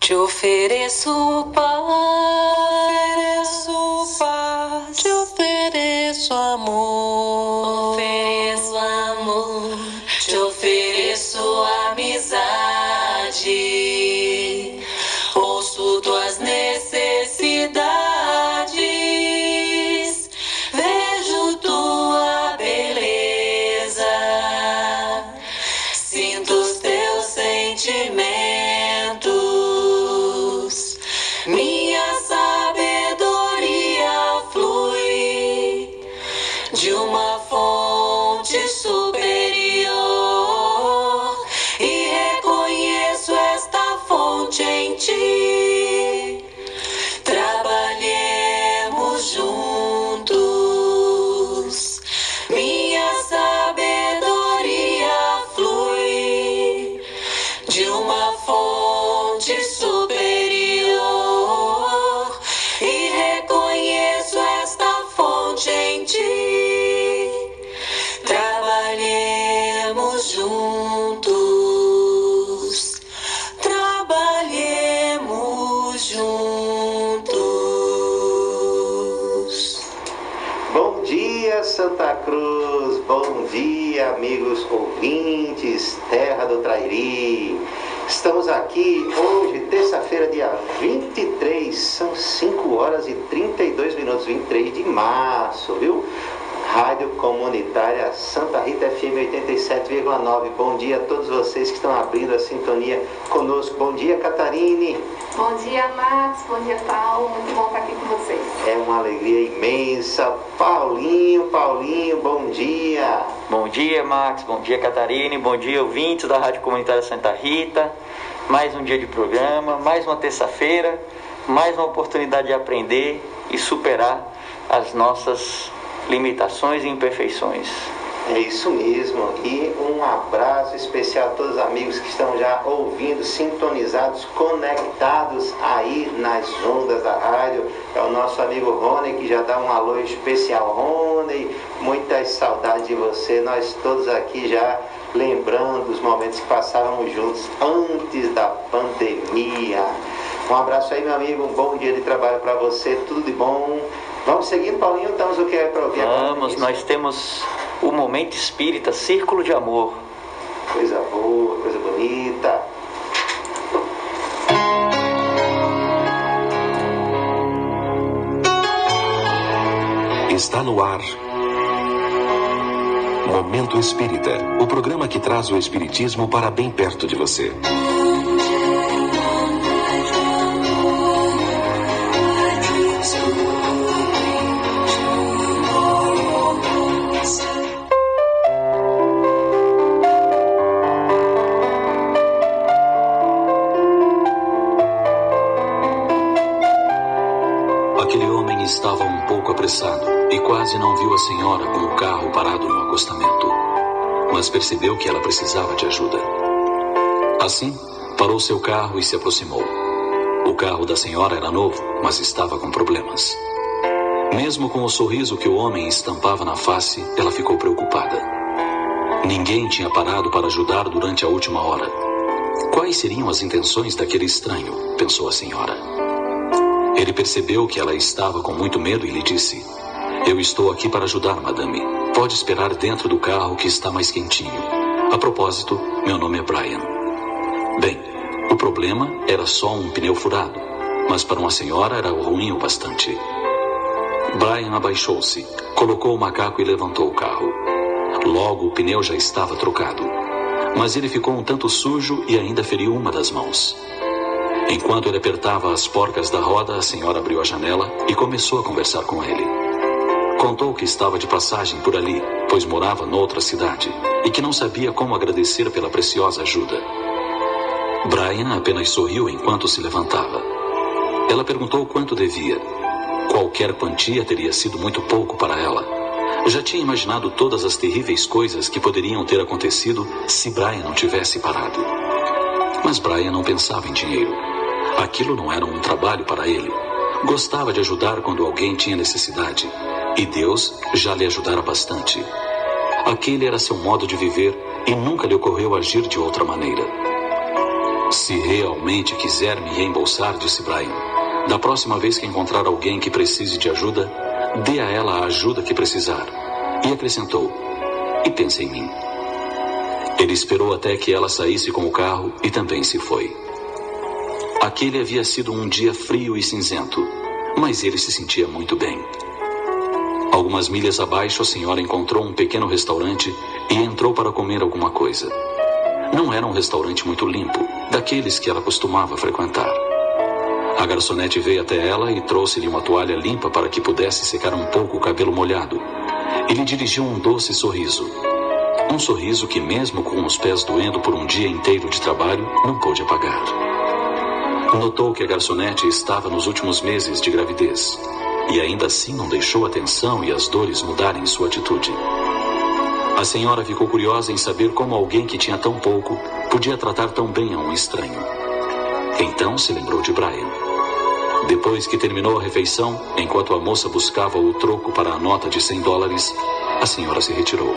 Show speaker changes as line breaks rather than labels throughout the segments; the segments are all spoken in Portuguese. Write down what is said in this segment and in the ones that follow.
Te ofereço paz, te ofereço amor, te ofereço amizade, ouço tuas necessidades, vejo tua beleza, sinto os teus sentimentos. Minha sabedoria flui de uma fonte superior e reconheço esta fonte em ti. Trabalhemos juntos. Minha sabedoria flui de uma fonte superior. Em ti, trabalhemos juntos, trabalhemos juntos.
Bom dia, Santa Cruz, bom dia, amigos ouvintes, terra do Trairi. Estamos aqui hoje, terça-feira, dia 23, são 5 horas e 32 minutos, 23 de março, viu? Rádio Comunitária Santa Rita FM 87,9. Bom dia a todos vocês que estão abrindo a sintonia conosco. Bom dia, Catarine.
Bom dia, Max. Bom dia, Paulo. Muito bom estar aqui com vocês.
É uma alegria imensa. Paulinho, bom dia.
Bom dia, Max. Bom dia, Catarine. Bom dia, ouvintes da Rádio Comunitária Santa Rita. Mais um dia de programa, mais uma terça-feira, mais uma oportunidade de aprender e superar as nossas limitações e imperfeições.
É isso mesmo. E um abraço especial a todos os amigos que estão já ouvindo, sintonizados, conectados aí nas ondas da rádio. É o nosso amigo Rony que já dá um alô especial. Rony, muitas saudades de você. Nós todos aqui já lembrando os momentos que passávamos juntos antes da pandemia. Um abraço aí, meu amigo. Um bom dia de trabalho para você. Tudo de bom. Vamos seguindo, Paulinho. Estamos o que é para ouvir?
Vamos, nós temos o Momento Espírita, Círculo de Amor.
Coisa boa, coisa bonita.
Está no ar Momento Espírita, o programa que traz o Espiritismo para bem perto de você. Estava um pouco apressado e quase não viu a senhora com o carro parado no acostamento, mas percebeu que ela precisava de ajuda. Assim, parou seu carro e se aproximou. O carro da senhora era novo, mas estava com problemas. Mesmo com o sorriso que o homem estampava na face, ela ficou preocupada. Ninguém tinha parado para ajudar durante a última hora. Quais seriam as intenções daquele estranho? Pensou a senhora. Ele percebeu que ela estava com muito medo e lhe disse: "Eu estou aqui para ajudar, madame. Pode esperar dentro do carro que está mais quentinho. A propósito, meu nome é Brian." Bem, o problema era só um pneu furado, mas para uma senhora era ruim o bastante. Brian abaixou-se, colocou o macaco e levantou o carro. Logo o pneu já estava trocado, mas ele ficou um tanto sujo e ainda feriu uma das mãos. Enquanto ele apertava as porcas da roda, a senhora abriu a janela e começou a conversar com ele. Contou que estava de passagem por ali, pois morava noutra cidade, e que não sabia como agradecer pela preciosa ajuda. Brian apenas sorriu enquanto se levantava. Ela perguntou quanto devia. Qualquer quantia teria sido muito pouco para ela. Já tinha imaginado todas as terríveis coisas que poderiam ter acontecido se Brian não tivesse parado. Mas Brian não pensava em dinheiro. Aquilo não era um trabalho para ele. Gostava de ajudar quando alguém tinha necessidade. E Deus já lhe ajudara bastante. Aquele era seu modo de viver e nunca lhe ocorreu agir de outra maneira. Se realmente quiser me reembolsar, disse Brian, da próxima vez que encontrar alguém que precise de ajuda, dê a ela a ajuda que precisar. E acrescentou, e pense em mim. Ele esperou até que ela saísse com o carro e também se foi. Aquele havia sido um dia frio e cinzento, mas ele se sentia muito bem. Algumas milhas abaixo, a senhora encontrou um pequeno restaurante e entrou para comer alguma coisa. Não era um restaurante muito limpo, daqueles que ela costumava frequentar. A garçonete veio até ela e trouxe-lhe uma toalha limpa para que pudesse secar um pouco o cabelo molhado. E lhe dirigiu um doce sorriso. Um sorriso que, mesmo com os pés doendo por um dia inteiro de trabalho, não pôde apagar. Notou que a garçonete estava nos últimos meses de gravidez. E ainda assim não deixou a tensão e as dores mudarem sua atitude. A senhora ficou curiosa em saber como alguém que tinha tão pouco podia tratar tão bem a um estranho. Então se lembrou de Brian. Depois que terminou a refeição, enquanto a moça buscava o troco para a nota de $100, a senhora se retirou.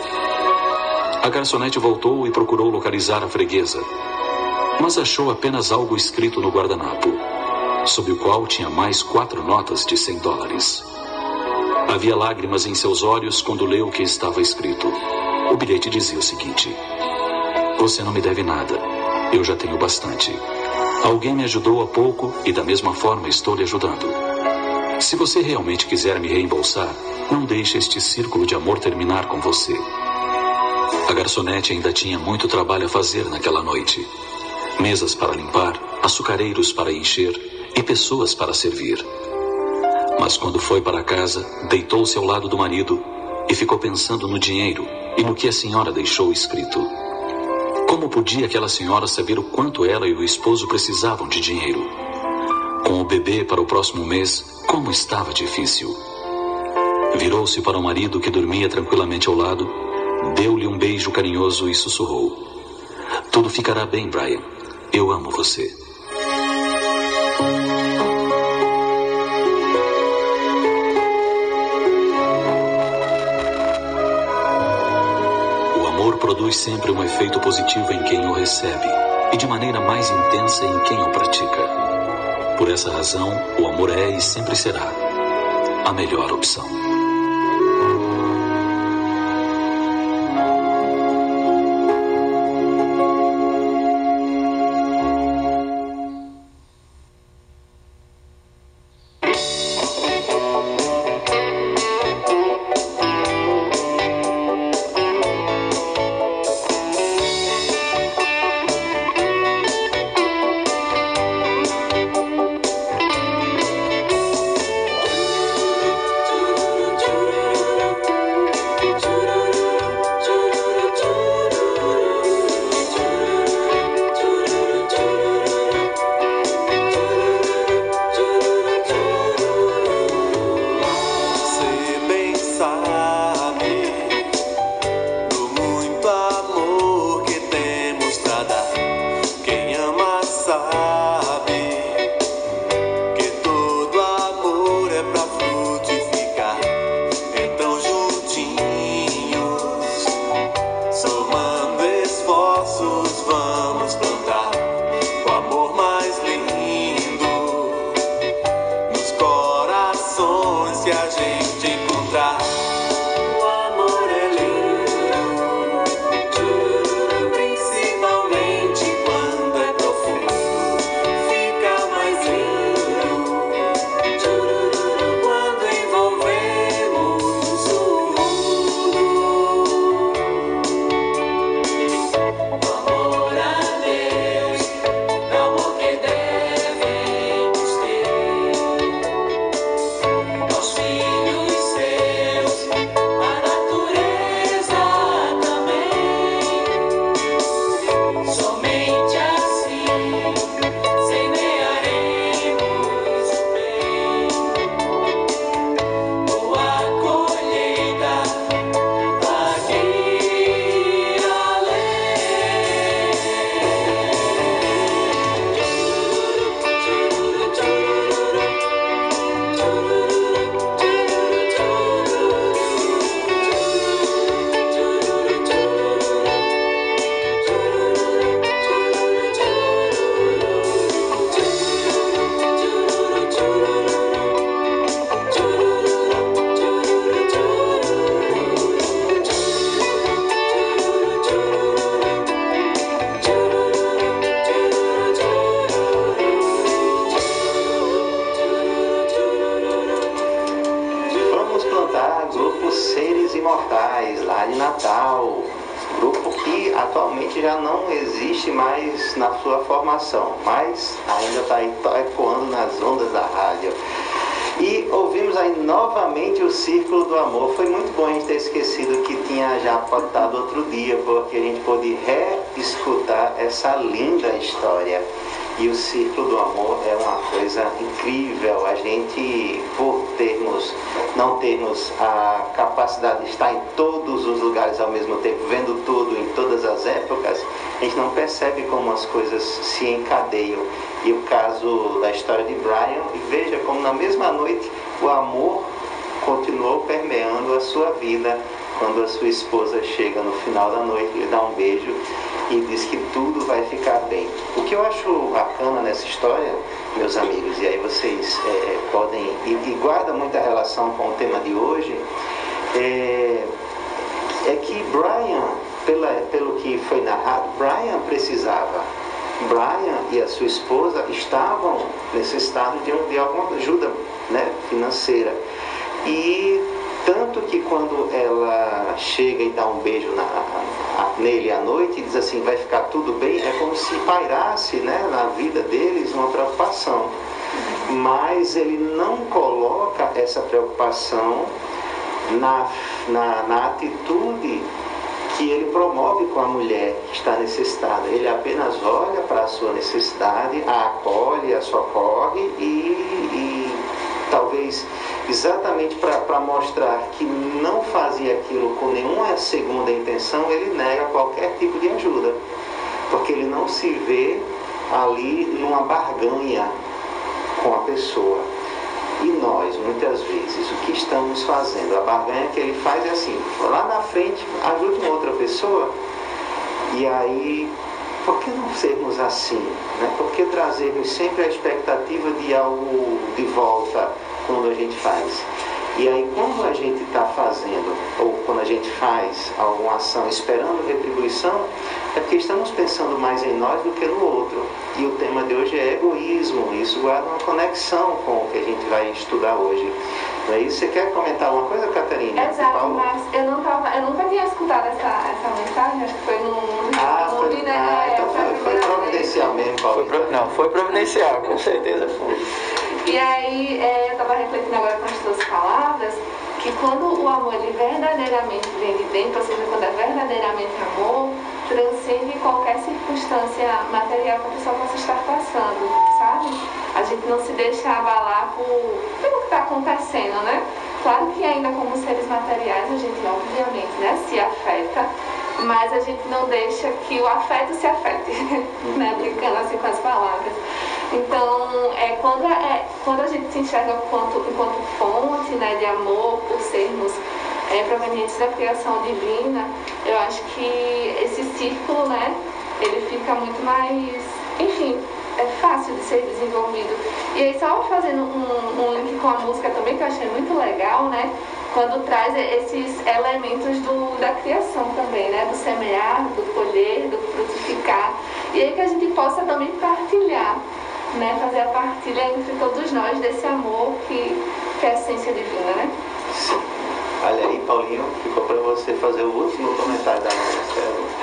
A garçonete voltou e procurou localizar a freguesa, mas achou apenas algo escrito no guardanapo, sob o qual tinha mais 4 notas de $100. Havia lágrimas em seus olhos quando leu o que estava escrito. O bilhete dizia o seguinte: você não me deve nada, eu já tenho bastante. Alguém me ajudou há pouco e da mesma forma estou lhe ajudando. Se você realmente quiser me reembolsar, não deixe este círculo de amor terminar com você. A garçonete ainda tinha muito trabalho a fazer naquela noite. Mesas para limpar, açucareiros para encher e pessoas para servir. Mas quando foi para casa, deitou-se ao lado do marido e ficou pensando no dinheiro e no que a senhora deixou escrito. Como podia aquela senhora saber o quanto ela e o esposo precisavam de dinheiro? Com o bebê para o próximo mês, como estava difícil. Virou-se para o marido que dormia tranquilamente ao lado, deu-lhe um beijo carinhoso e sussurrou: tudo ficará bem, Brian. Eu amo você. Produz sempre um efeito positivo em quem o recebe e de maneira mais intensa em quem o pratica. Por essa razão, o amor é e sempre será a melhor opção.
atualmente já não existe mais na sua formação, mas ainda está ecoando nas ondas da rádio. E ouvimos aí novamente o Círculo do Amor. Foi muito bom a gente ter esquecido que tinha já podado outro dia, porque a gente pôde reescutar essa linda história. E o Círculo do Amor é uma coisa incrível. A gente, por não termos a capacidade de estar em todos os lugares ao mesmo tempo, vendo tudo em todas as épocas, a gente não percebe como as coisas se encadeiam. E o caso da história de Brian, e veja como na mesma noite o amor continuou permeando a sua vida. Quando a sua esposa chega no final da noite, lhe dá um beijo e diz que tudo vai ficar bem. O que eu acho bacana nessa história, meus amigos, e aí vocês podem, e guarda muita relação com o tema de hoje, é que Brian, pelo que foi narrado, Brian precisava. Brian e a sua esposa estavam necessitados de alguma ajuda, né, financeira. E tanto que quando ela chega e dá um beijo nele à noite e diz assim, vai ficar tudo bem, é como se pairasse, né, na vida deles uma preocupação. Mas ele não coloca essa preocupação na atitude que ele promove com a mulher que está necessitada. Ele apenas olha para a sua necessidade, a acolhe, a socorre e talvez exatamente para mostrar que não fazia aquilo com nenhuma segunda intenção, ele nega qualquer tipo de ajuda, porque ele não se vê ali numa barganha com a pessoa. E nós, muitas vezes, o que estamos fazendo? A barganha que ele faz é assim, lá na frente, ajude uma outra pessoa, e aí, por que não sermos assim? Né? Por que trazermos sempre a expectativa de algo de volta quando a gente faz? E aí, quando a gente está fazendo, ou quando a gente faz alguma ação esperando retribuição, é porque estamos pensando mais em nós do que no outro. E o tema de hoje é egoísmo. Isso guarda uma conexão com o que a gente vai estudar hoje. Não é isso? Você quer comentar alguma coisa, Catarina?
Exato, mas eu nunca tinha escutado essa mensagem, acho que foi no YouTube, né?
Então foi providencial mesmo, Paulo.
Foi providencial, com certeza foi.
E aí, eu estava refletindo agora com as suas palavras, que quando o amor ele verdadeiramente vem de dentro, ou seja, quando é verdadeiramente amor, transcende qualquer circunstância material que a pessoa possa estar passando, sabe? A gente não se deixa abalar pelo que está acontecendo, né? Claro que ainda como seres materiais a gente obviamente, né, se afeta, mas a gente não deixa que o afeto se afete, né? Brincando assim com as palavras. Então, quando a gente se enxerga enquanto fonte, né, de amor, por sermos provenientes da criação divina, eu acho que esse círculo, né, ele fica muito mais, enfim, é fácil de ser desenvolvido. E aí, só fazendo um link com a música também, que eu achei muito legal, né, quando traz esses elementos da criação também, né, do semear, do colher, do frutificar, e aí que a gente possa também partilhar, né, fazer a partilha entre todos nós desse amor que é a essência divina, né?
Sim. Olha aí, Paulinho, ficou para você fazer o último comentário da música.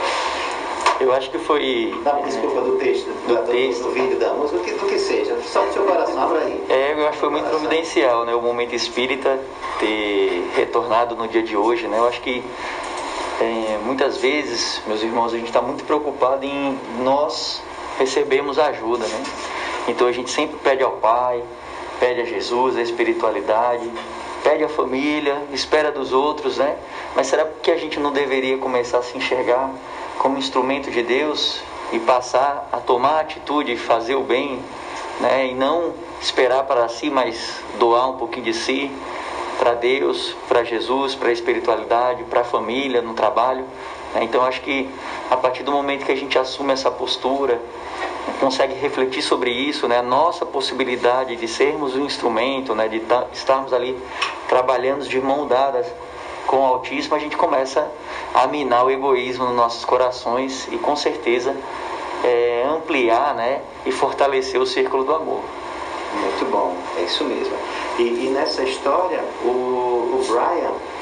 Eu acho que foi...
Desculpa, do texto, do vídeo da música, do que seja, só do seu coração, abra aí.
Eu acho que foi muito providencial, né, o momento espírita ter retornado no dia de hoje, né? Eu acho que muitas vezes, meus irmãos, a gente está muito preocupado em nós recebermos ajuda, né? Então a gente sempre pede ao Pai, pede a Jesus, a espiritualidade, pede à família, espera dos outros, né? Mas será que a gente não deveria começar a se enxergar como instrumento de Deus e passar a tomar a atitude e fazer o bem, né? E não esperar para si, mas doar um pouquinho de si para Deus, para Jesus, para a espiritualidade, para a família, no trabalho, né? Então acho que a partir do momento que a gente assume essa postura, consegue refletir sobre isso, né? A nossa possibilidade de sermos um instrumento, né? De estarmos ali trabalhando de mão dadas com o Altíssimo, a gente começa a minar o egoísmo nos nossos corações e com certeza ampliar, né? E fortalecer o círculo do amor.
Muito bom, é isso mesmo. E nessa história, o Brian,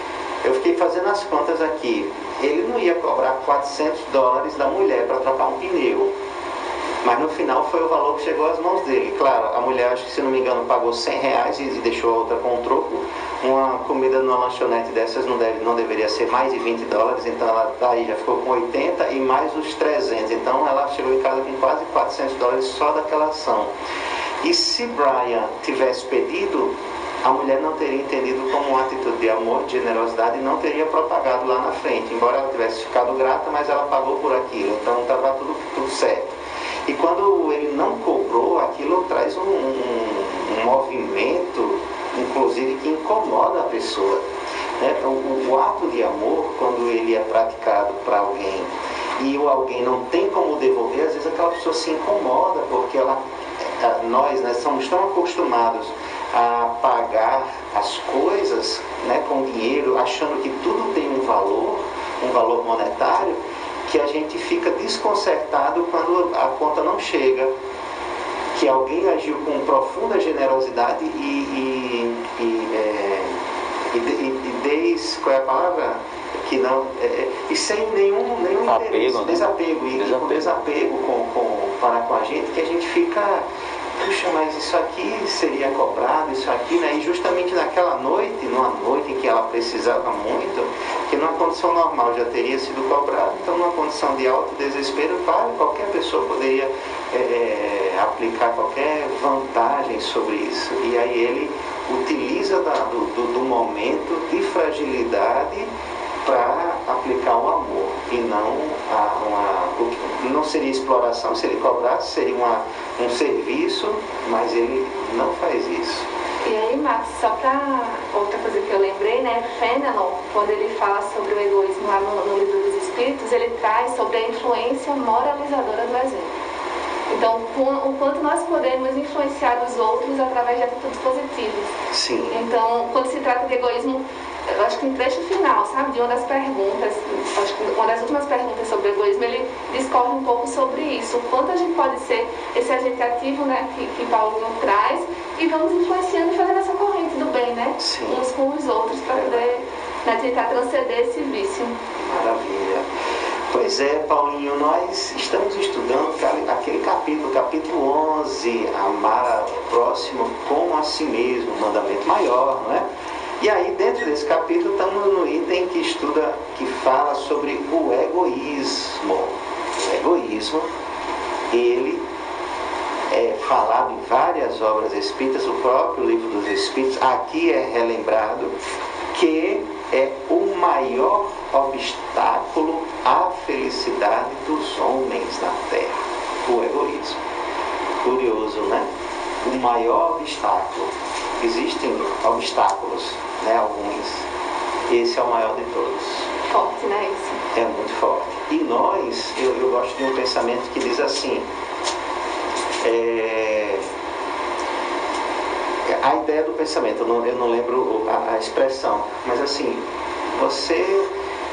Eu fiquei fazendo as contas aqui. Ele não ia cobrar $400 da mulher para trocar um pneu. Mas no final foi o valor que chegou às mãos dele. Claro, a mulher, acho que se não me engano, pagou R$100 e deixou a outra com troco. Uma comida numa lanchonete dessas não deveria ser mais de $20, então ela daí já ficou com 80 e mais os 300. Então ela chegou em casa com quase $400 só daquela ação. E se Brian tivesse pedido, a mulher não teria entendido como uma atitude de amor, de generosidade, e não teria propagado lá na frente. Embora ela tivesse ficado grata, mas ela pagou por aquilo. Então estava tudo certo. E quando ele não cobrou, aquilo traz um movimento, inclusive, que incomoda a pessoa. Né? O ato de amor, quando ele é praticado para alguém e o alguém não tem como devolver, às vezes aquela pessoa se incomoda, porque nós, né, somos tão acostumados a pagar as coisas, né, com dinheiro, achando que tudo tem um valor monetário, que a gente fica desconcertado quando a conta não chega, que alguém agiu com profunda generosidade qual é a palavra? Que não, e sem nenhum interesse,
né?
desapego. E com desapego para com a gente, que a gente fica, puxa, mas isso aqui seria cobrado, isso aqui, né? E justamente naquela noite, numa noite em que ela precisava muito, que numa condição normal já teria sido cobrado, então numa condição de alto desespero, qualquer pessoa poderia aplicar qualquer vantagem sobre isso. E aí ele utiliza do momento de fragilidade para aplicar o amor, e não seria exploração. Se ele cobrasse, seria um serviço, mas ele não faz isso.
E aí, Max, só para outra coisa que eu lembrei, né, Fénelon, quando ele fala sobre o egoísmo lá no Livro dos Espíritos, ele traz sobre a influência moralizadora do exemplo. Então, o quanto nós podemos influenciar os outros através de atitudes positivas.
Sim.
Então, quando se trata de egoísmo, eu acho que no trecho final, sabe, de uma das perguntas, acho que uma das últimas perguntas sobre o egoísmo, ele discorre um pouco sobre isso. O quanto a gente pode ser esse agente ativo, né, que Paulinho traz, e vamos influenciando e fazendo essa corrente do bem, né?
Sim.
Uns com os outros, para poder, né, tentar transcender esse vício.
Maravilha. Pois é, Paulinho, nós estamos estudando aquele capítulo 11, amar o próximo como a si mesmo, um mandamento maior, não é? E aí, dentro desse capítulo, estamos no item que fala sobre o egoísmo. O egoísmo, ele é falado em várias obras espíritas, o próprio Livro dos Espíritos, aqui é relembrado que é o maior obstáculo à felicidade dos homens na Terra, o egoísmo. Curioso, né? O maior obstáculo. Existem obstáculos, né? Alguns. Esse é o maior de todos.
Forte, né? Isso.
É muito forte. E nós, eu gosto de um pensamento que diz assim, a ideia do pensamento, eu não lembro a expressão, mas assim, você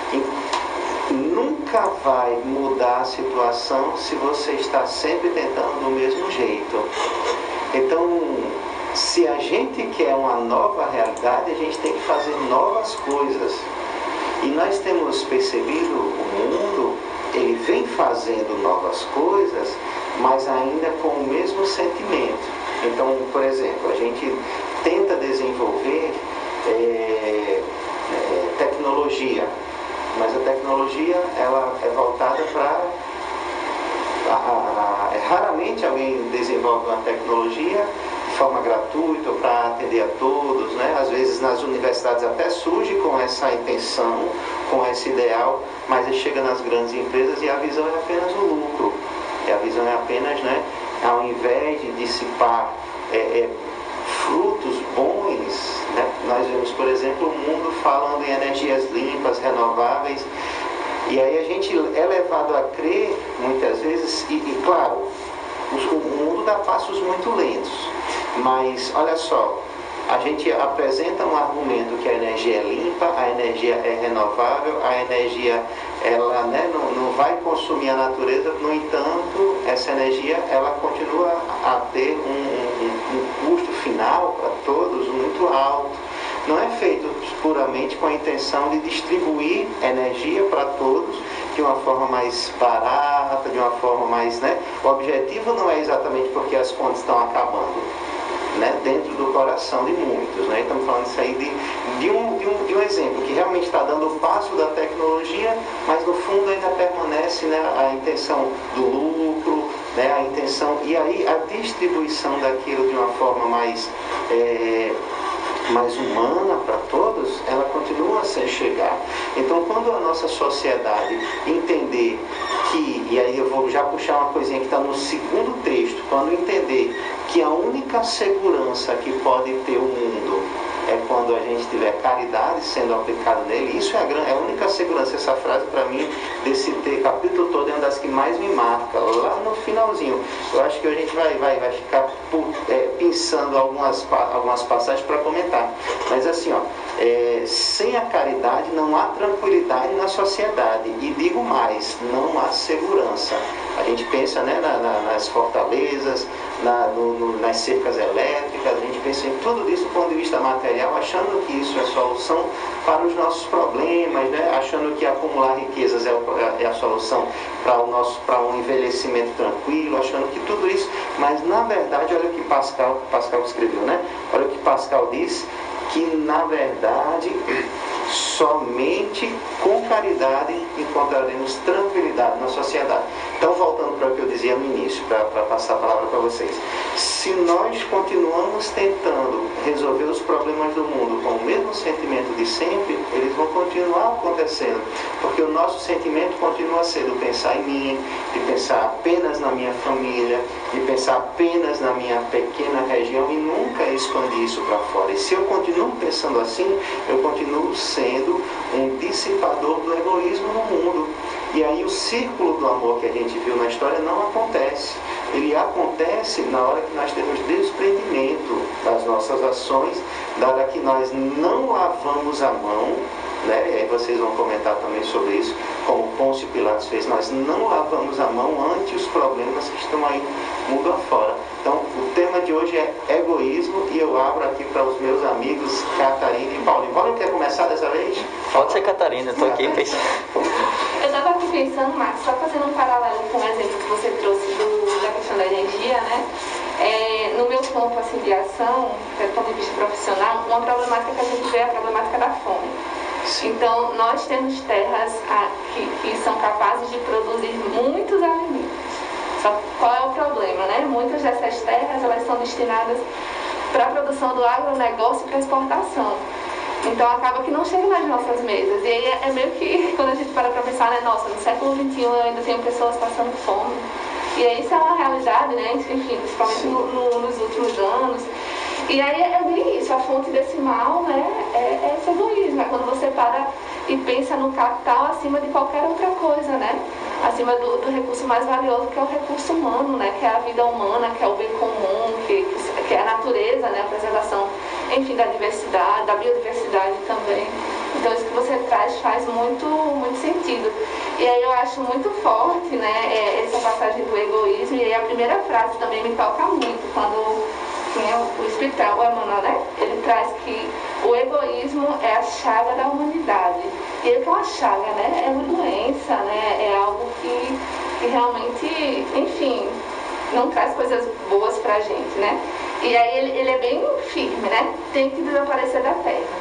nunca vai mudar a situação se você está sempre tentando do mesmo jeito. Então, se a gente quer uma nova realidade, a gente tem que fazer novas coisas. E nós temos percebido o mundo, ele vem fazendo novas coisas, mas ainda com o mesmo sentimento. Então, por exemplo, a gente tenta desenvolver tecnologia, mas a tecnologia ela é voltada para... raramente alguém desenvolve uma tecnologia de forma gratuita para atender a todos, né? Às vezes nas universidades até surge com essa intenção, com esse ideal, mas ele chega nas grandes empresas e a visão é apenas o lucro. E a visão é apenas, né, ao invés de dissipar frutos bons, né? Nós vemos, por exemplo, o mundo falando em energias limpas, renováveis, e aí a gente é levado a crer, muitas vezes, e claro, o mundo dá passos muito lentos, mas olha só, a gente apresenta um argumento que a energia é limpa, a energia é renovável, a energia ela, né, não vai consumir a natureza, no entanto, essa energia ela continua a ter um custo final para todos muito alto. Não é feitos puramente com a intenção de distribuir energia para todos de uma forma mais barata, de uma forma mais, né? O objetivo não é exatamente porque as fontes estão acabando, né? Dentro do coração de muitos, né? Estamos falando isso aí de um exemplo que realmente está dando o passo da tecnologia, mas no fundo ainda permanece, né, a intenção do lucro, né, a intenção, e aí a distribuição daquilo de uma forma mais humana para todos, ela continua sem chegar. Então, quando a nossa sociedade entender que, e aí eu vou já puxar uma coisinha que está no segundo texto, quando entender que a única segurança que pode ter o mundo é quando a gente tiver caridade sendo aplicada nele, isso é a única segurança. Essa frase, para mim, desse capítulo todo, é uma das que mais me marca, lá no finalzinho. Eu acho que a gente vai ficar pensando algumas passagens para comentar. Mas assim, sem a caridade não há tranquilidade na sociedade. E digo mais, não há segurança. A gente pensa, né, nas fortalezas, nas cercas elétricas, a gente pensa em tudo isso do ponto de vista material, achando que isso é solução para os nossos problemas, né? Achando que acumular riquezas é a solução para um envelhecimento tranquilo, achando que tudo isso, mas na verdade, olha o que Pascal escreveu, né? Olha o que Pascal diz, que na verdade somente com caridade encontraremos tranquilidade na sociedade. Então, voltando para o que eu dizia no início, para passar a palavra para vocês. Se nós continuamos tentando resolver os problemas do mundo com o mesmo sentimento de sempre, eles vão continuar acontecendo, porque o nosso sentimento continua sendo pensar em mim, de pensar apenas na minha família, de pensar apenas na minha pequena região e nunca expandir isso para fora. E se eu continuo pensando assim, eu continuo sendo um dissipador do egoísmo no mundo. E aí o círculo do amor que a gente viu na história não acontece. Ele acontece na hora que nós temos desprendimento das nossas ações, dada que nós não lavamos a mão, né? E aí vocês vão comentar também sobre isso, como Pôncio Pilatos fez, nós não lavamos a mão ante os problemas que estão aí mundo afora. Então, o tema de hoje é egoísmo e eu abro aqui para os meus amigos Catarina e Paulinho. Paulinho, quer começar dessa vez?
Pode ser, Catarina, eu estou aqui pensando.
Eu estava aqui pensando, Marcos, só fazendo um paralelo com o exemplo que você trouxe da questão da energia, né? No meu campo assim, de ação, do ponto de vista profissional, uma problemática que a gente vê é a problemática da fome. Então, nós temos terras que são capazes de produzir muitos alimentos. Só qual é o problema, né? Muitas dessas terras, elas são destinadas para a produção do agronegócio e para exportação. Então, acaba que não chega nas nossas mesas. E aí é meio que, quando a gente para pensar, né? Nossa, no século XXI eu ainda tenho pessoas passando fome. E aí isso é uma realidade, né? Enfim, principalmente nos últimos anos. E aí é bem isso, a fonte desse mal, né, é esse egoísmo, é quando você para e pensa no capital acima de qualquer outra coisa, né? Acima do recurso mais valioso, que é o recurso humano, né? Que é a vida humana, que é o bem comum, que é a natureza, né? A preservação, enfim, da diversidade, da biodiversidade também. Então isso que você traz faz muito, muito sentido. E aí eu acho muito forte, né, essa passagem do egoísmo, e aí a primeira frase também me toca muito, quando o espiritual, o Emmanuel, né? Ele traz que o egoísmo é a chaga da humanidade. E ele que é uma chaga, né? É uma doença, né? É algo que realmente, enfim, não traz coisas boas pra gente, né? E aí ele é bem firme, né? Tem que desaparecer da Terra.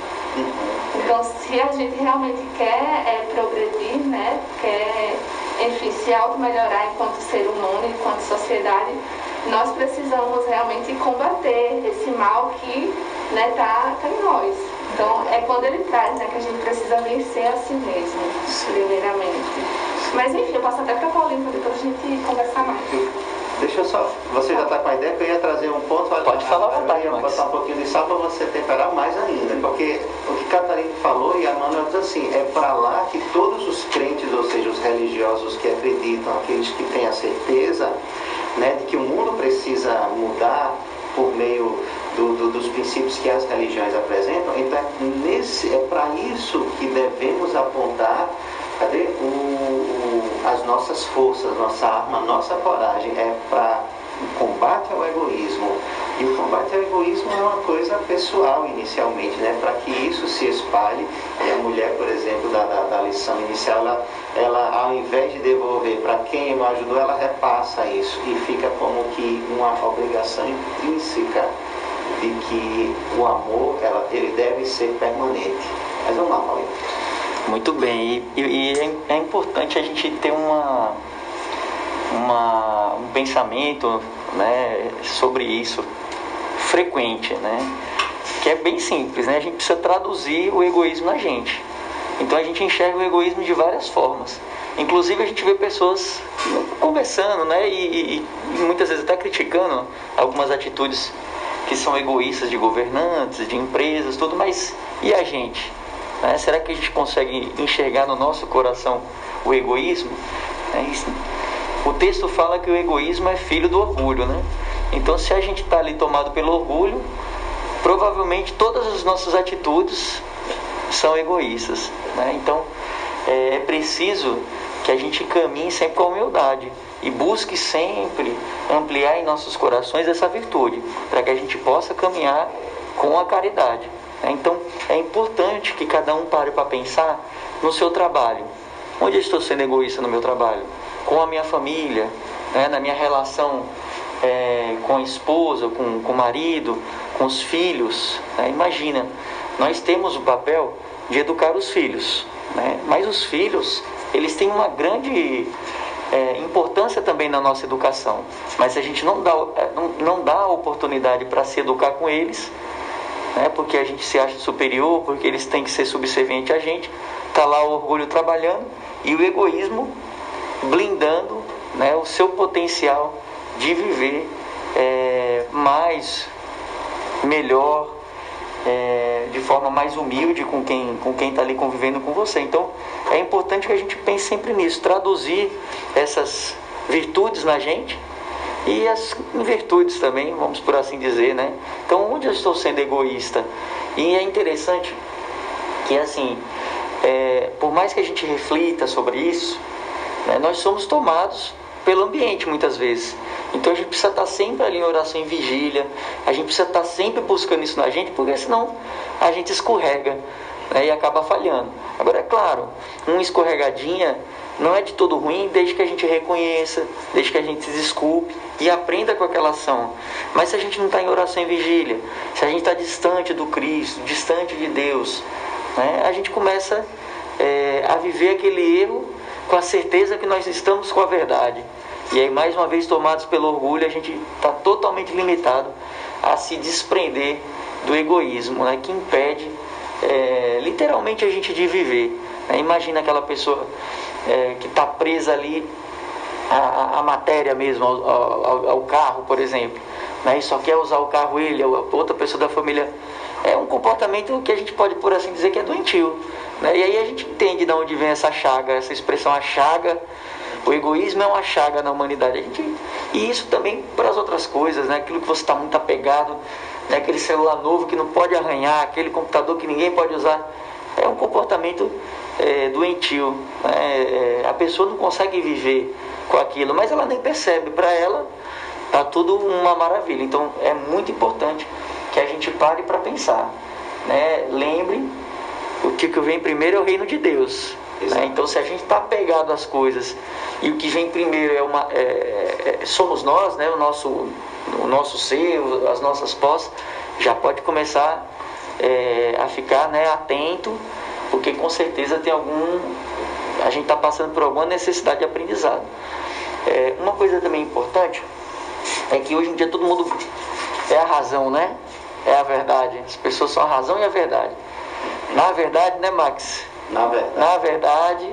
Então, se a gente realmente quer progredir, né? Quer, enfim, se auto-melhorar enquanto ser humano, enquanto sociedade, nós precisamos realmente combater esse mal que, né, tá em nós. Então, é quando ele traz, né, que a gente precisa vencer a si mesmo, primeiramente. Mas, enfim, eu passo até para Paulinho, para depois a gente conversar mais.
Deixa eu só, você já está com a ideia que eu ia trazer um ponto.
Pode falar à vontade,
eu ia botar um pouquinho de sal para você temperar mais ainda, porque o que Catarina falou e a Manuel diz assim, é para lá que todos os crentes, ou seja, os religiosos que acreditam, aqueles que têm a certeza, né, de que o mundo precisa mudar por meio dos princípios que as religiões apresentam, então é para isso que devemos apontar. Cadê? As nossas forças, nossa arma, nossa coragem é para o combate ao egoísmo e o combate ao egoísmo é uma coisa pessoal inicialmente, né? Para que isso se espalhe. E a mulher, por exemplo, da lição inicial, ela ao invés de devolver para quem o ajudou, ela repassa isso e fica como que uma obrigação intrínseca de que o amor ele deve ser permanente. Mas vamos lá, Paulinho.
Muito bem, e é importante a gente ter um pensamento, né, sobre isso frequente, né, que é bem simples, né? A gente precisa traduzir o egoísmo na gente. Então a gente enxerga o egoísmo de várias formas. Inclusive a gente vê pessoas conversando, né, e muitas vezes até criticando algumas atitudes que são egoístas de governantes, de empresas, tudo, mas e a gente? Né? Será que a gente consegue enxergar no nosso coração o egoísmo? O texto fala que o egoísmo é filho do orgulho, né? Então, se a gente está ali tomado pelo orgulho, provavelmente todas as nossas atitudes são egoístas, né? Então, é preciso que a gente caminhe sempre com a humildade e busque sempre ampliar em nossos corações essa virtude, para que a gente possa caminhar com a caridade. Então, é importante que cada um pare para pensar no seu trabalho. Onde eu estou sendo egoísta no meu trabalho? Com a minha família, né? Na minha relação com a esposa, com o marido, com os filhos. Né? Imagina, nós temos o papel de educar os filhos, né? Mas os filhos, eles têm uma grande importância também na nossa educação. Mas a gente não dá a oportunidade para se educar com eles, né? Porque a gente se acha superior, porque eles têm que ser subservientes a gente. Está lá o orgulho trabalhando e o egoísmo blindando, né, o seu potencial de viver melhor, de forma mais humilde com quem está ali convivendo com você. Então é importante que a gente pense sempre nisso, traduzir essas virtudes na gente e as virtudes também, vamos por assim dizer, né? Então, onde eu estou sendo egoísta? E é interessante que, assim, por mais que a gente reflita sobre isso, né, nós somos tomados pelo ambiente muitas vezes. Então a gente precisa estar sempre ali em oração, em vigília. A gente precisa estar sempre buscando isso na gente, porque senão a gente escorrega, né, e acaba falhando. Agora, é claro, uma escorregadinha não é de todo ruim, desde que a gente reconheça, desde que a gente se desculpe e aprenda com aquela ação. Mas se a gente não está em oração, em vigília, se a gente está distante do Cristo, distante de Deus, né, a gente começa a viver aquele erro com a certeza que nós estamos com a verdade. E aí, mais uma vez, tomados pelo orgulho, a gente está totalmente limitado a se desprender do egoísmo, né, que impede literalmente a gente de viver. Né? Imagina aquela pessoa que está presa ali à matéria mesmo, ao carro, por exemplo, né? E só quer usar o carro ele, a outra pessoa da família. É um comportamento que a gente pode, por assim dizer, que é doentio, né? E aí a gente entende de onde vem essa chaga, essa expressão, a chaga. O egoísmo é uma chaga na humanidade. E isso também para as outras coisas, né? Aquilo que você está muito apegado, né? Aquele celular novo que não pode arranhar, aquele computador que ninguém pode usar. É um comportamento doentio, né? A pessoa não consegue viver com aquilo, mas ela nem percebe. Para ela está tudo uma maravilha. Então é muito importante que a gente pare para pensar, né? Lembre, o que vem primeiro é o reino de Deus, né? Então, se a gente está apegado às coisas e o que vem primeiro somos nós, né? O nosso ser, as nossas posses, já pode começar a ficar, né, atento, porque com certeza a gente está passando por alguma necessidade de aprendizado. Uma coisa também importante é que hoje em dia todo mundo é a razão, né? É a verdade. As pessoas são a razão e a verdade. Na verdade, né, Max? Na verdade.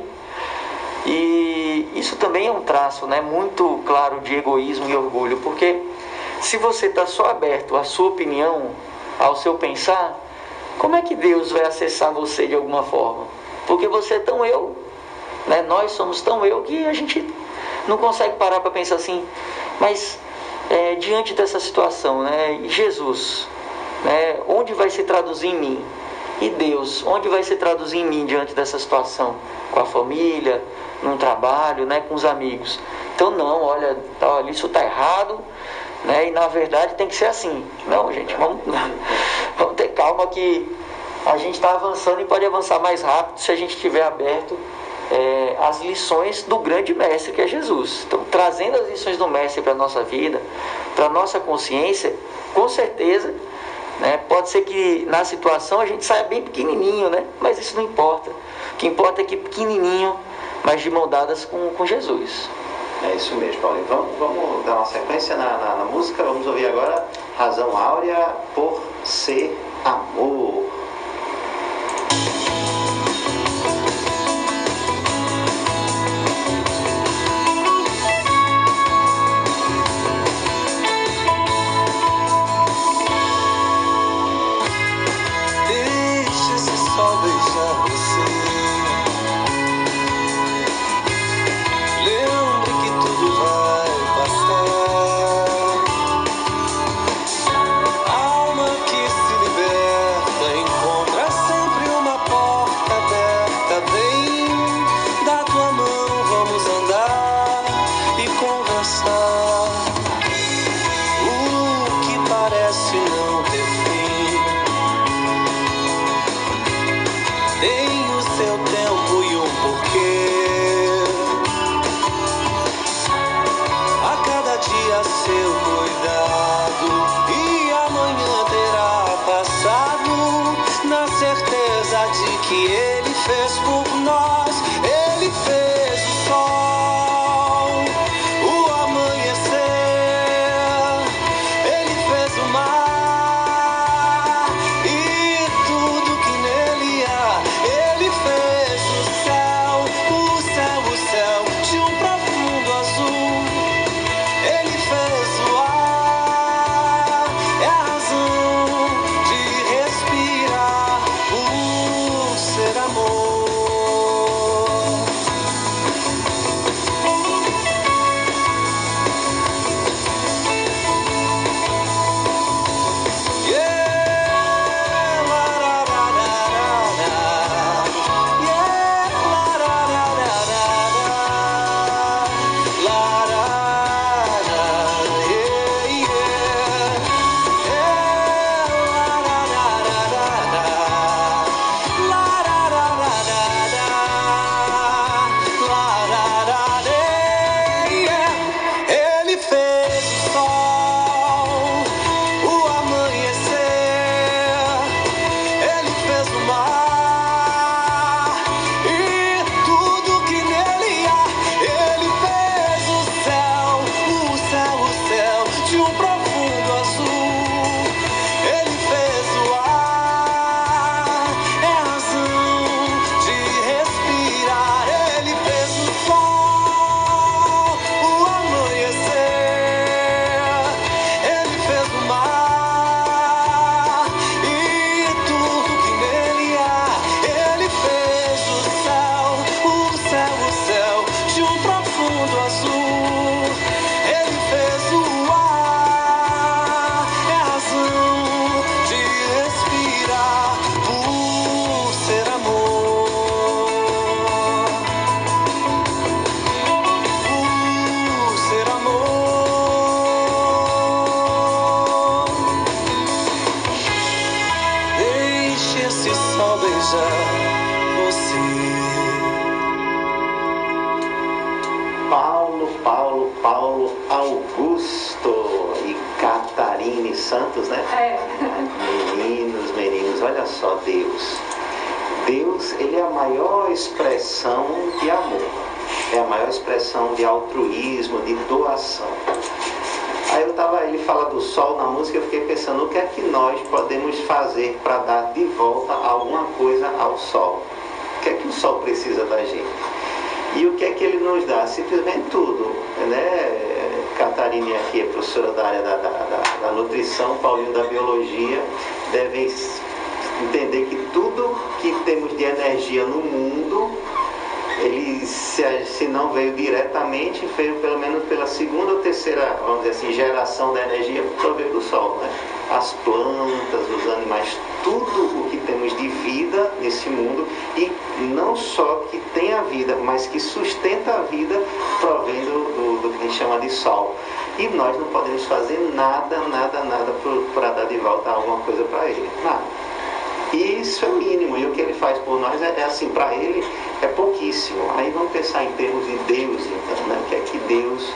E isso também é um traço, né, muito claro de egoísmo e orgulho. Porque se você está só aberto à sua opinião, ao seu pensar, como é que Deus vai acessar você de alguma forma? Porque você é tão eu, né? Nós somos tão eu que a gente não consegue parar para pensar assim. Mas diante dessa situação, né, Jesus, né, onde vai se traduzir em mim? E Deus, onde vai se traduzir em mim diante dessa situação? Com a família, num trabalho, né, com os amigos. Então não, olha, isso está errado, né? E na verdade tem que ser assim. Não, gente, vamos ter calma que a gente está avançando e pode avançar mais rápido se a gente estiver aberto as lições do grande mestre que é Jesus. Então, trazendo as lições do mestre para a nossa vida, para a nossa consciência, com certeza, né, pode ser que na situação a gente saia bem pequenininho, né? Mas isso não importa. O que importa é que pequenininho, mas de mão dadas com Jesus.
É isso mesmo, Paulinho. Vamos dar uma sequência na música. Vamos ouvir agora Razão Áurea, Por Ser Amor. Paulo Augusto e Catarine Santos, né? Meninos, olha só, Deus, ele é a maior expressão de amor, é a maior expressão de altruísmo, de doação. Aí ele fala do sol na música, eu fiquei pensando, o que é que nós podemos fazer para dar de volta alguma coisa ao sol? O que é que o sol precisa da gente? E o que é que ele nos dá? Simplesmente tudo, né? Catarine aqui é professora da área da nutrição, Paulinho da biologia, devem entender que tudo que temos de energia no mundo, ele se não veio diretamente, veio pelo menos pela segunda ou terceira, vamos dizer assim, geração da energia proveio do sol, né? As plantas, os animais, tudo o que temos de vida nesse mundo, e não só que tem a vida, mas que sustenta a vida, provém do que a gente chama de sol. e nós não podemos fazer nada para dar de volta alguma coisa para ele, nada. E isso é o mínimo, e o que ele faz por nós é assim, para ele é pouquíssimo. Aí vamos pensar em termos de Deus, então, né? O que é que Deus,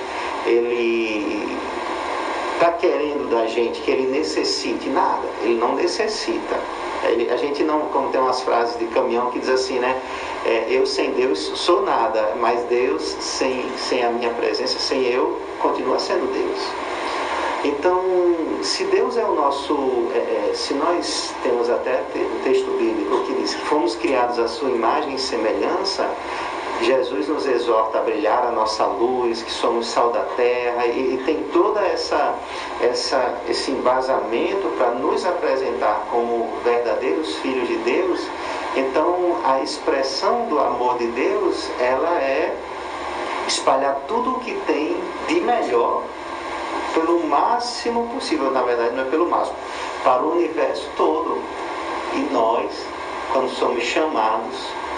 ele está querendo da gente, que ele necessite? Nada, ele não necessita. A gente não, como tem umas frases de caminhão que diz assim, né? Eu sem Deus sou nada, mas Deus sem a minha presença, sem eu, continua sendo Deus. Então, se Deus é o nosso, se nós temos até um texto bíblico que diz que fomos criados à sua imagem e semelhança, Jesus nos exorta a brilhar a nossa luz, que somos sal da terra, e tem toda esse embasamento para nos apresentar como verdadeiros filhos de Deus. Então, a expressão do amor de Deus, ela é espalhar tudo o que tem de melhor pelo máximo possível, na verdade não é pelo máximo, para o universo todo. E nós, quando somos chamados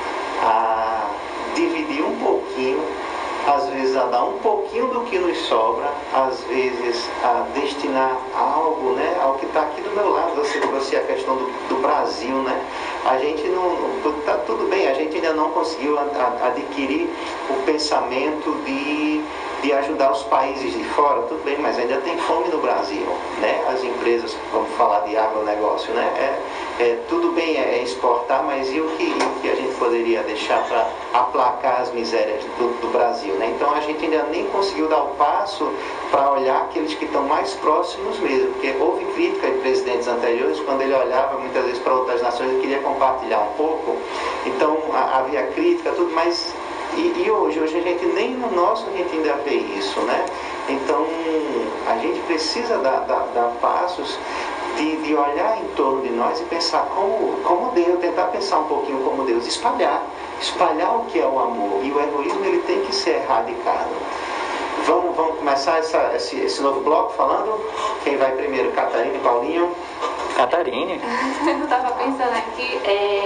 a dividir um pouquinho, às vezes a dar um pouquinho do que nos sobra, às vezes a destinar algo, né, ao que está aqui do meu lado. Você trouxe a questão do Brasil, né? A gente não, está tudo bem, a gente ainda não conseguiu adquirir o pensamento de ajudar os países de fora, tudo bem, mas ainda tem fome no Brasil, né? As empresas, vamos falar de agronegócio, né? Tudo bem exportar, mas e o que a gente poderia deixar para aplacar as misérias do Brasil, né? Então a gente ainda nem conseguiu dar o passo para olhar aqueles que estão mais próximos mesmo, porque houve crítica de presidentes anteriores, quando ele olhava muitas vezes para outras nações e queria compartilhar um pouco, então havia crítica, tudo, mas e hoje a gente nem no nosso a gente ainda vê isso, né? Então a gente precisa dar passos de olhar em torno de nós e pensar como Deus, tentar pensar um pouquinho como Deus, espalhar o que é o amor, e o egoísmo ele tem que ser erradicado. Vamos começar esse novo bloco falando? Quem vai primeiro? Catarina e Paulinho?
Catarine.
Eu estava pensando aqui,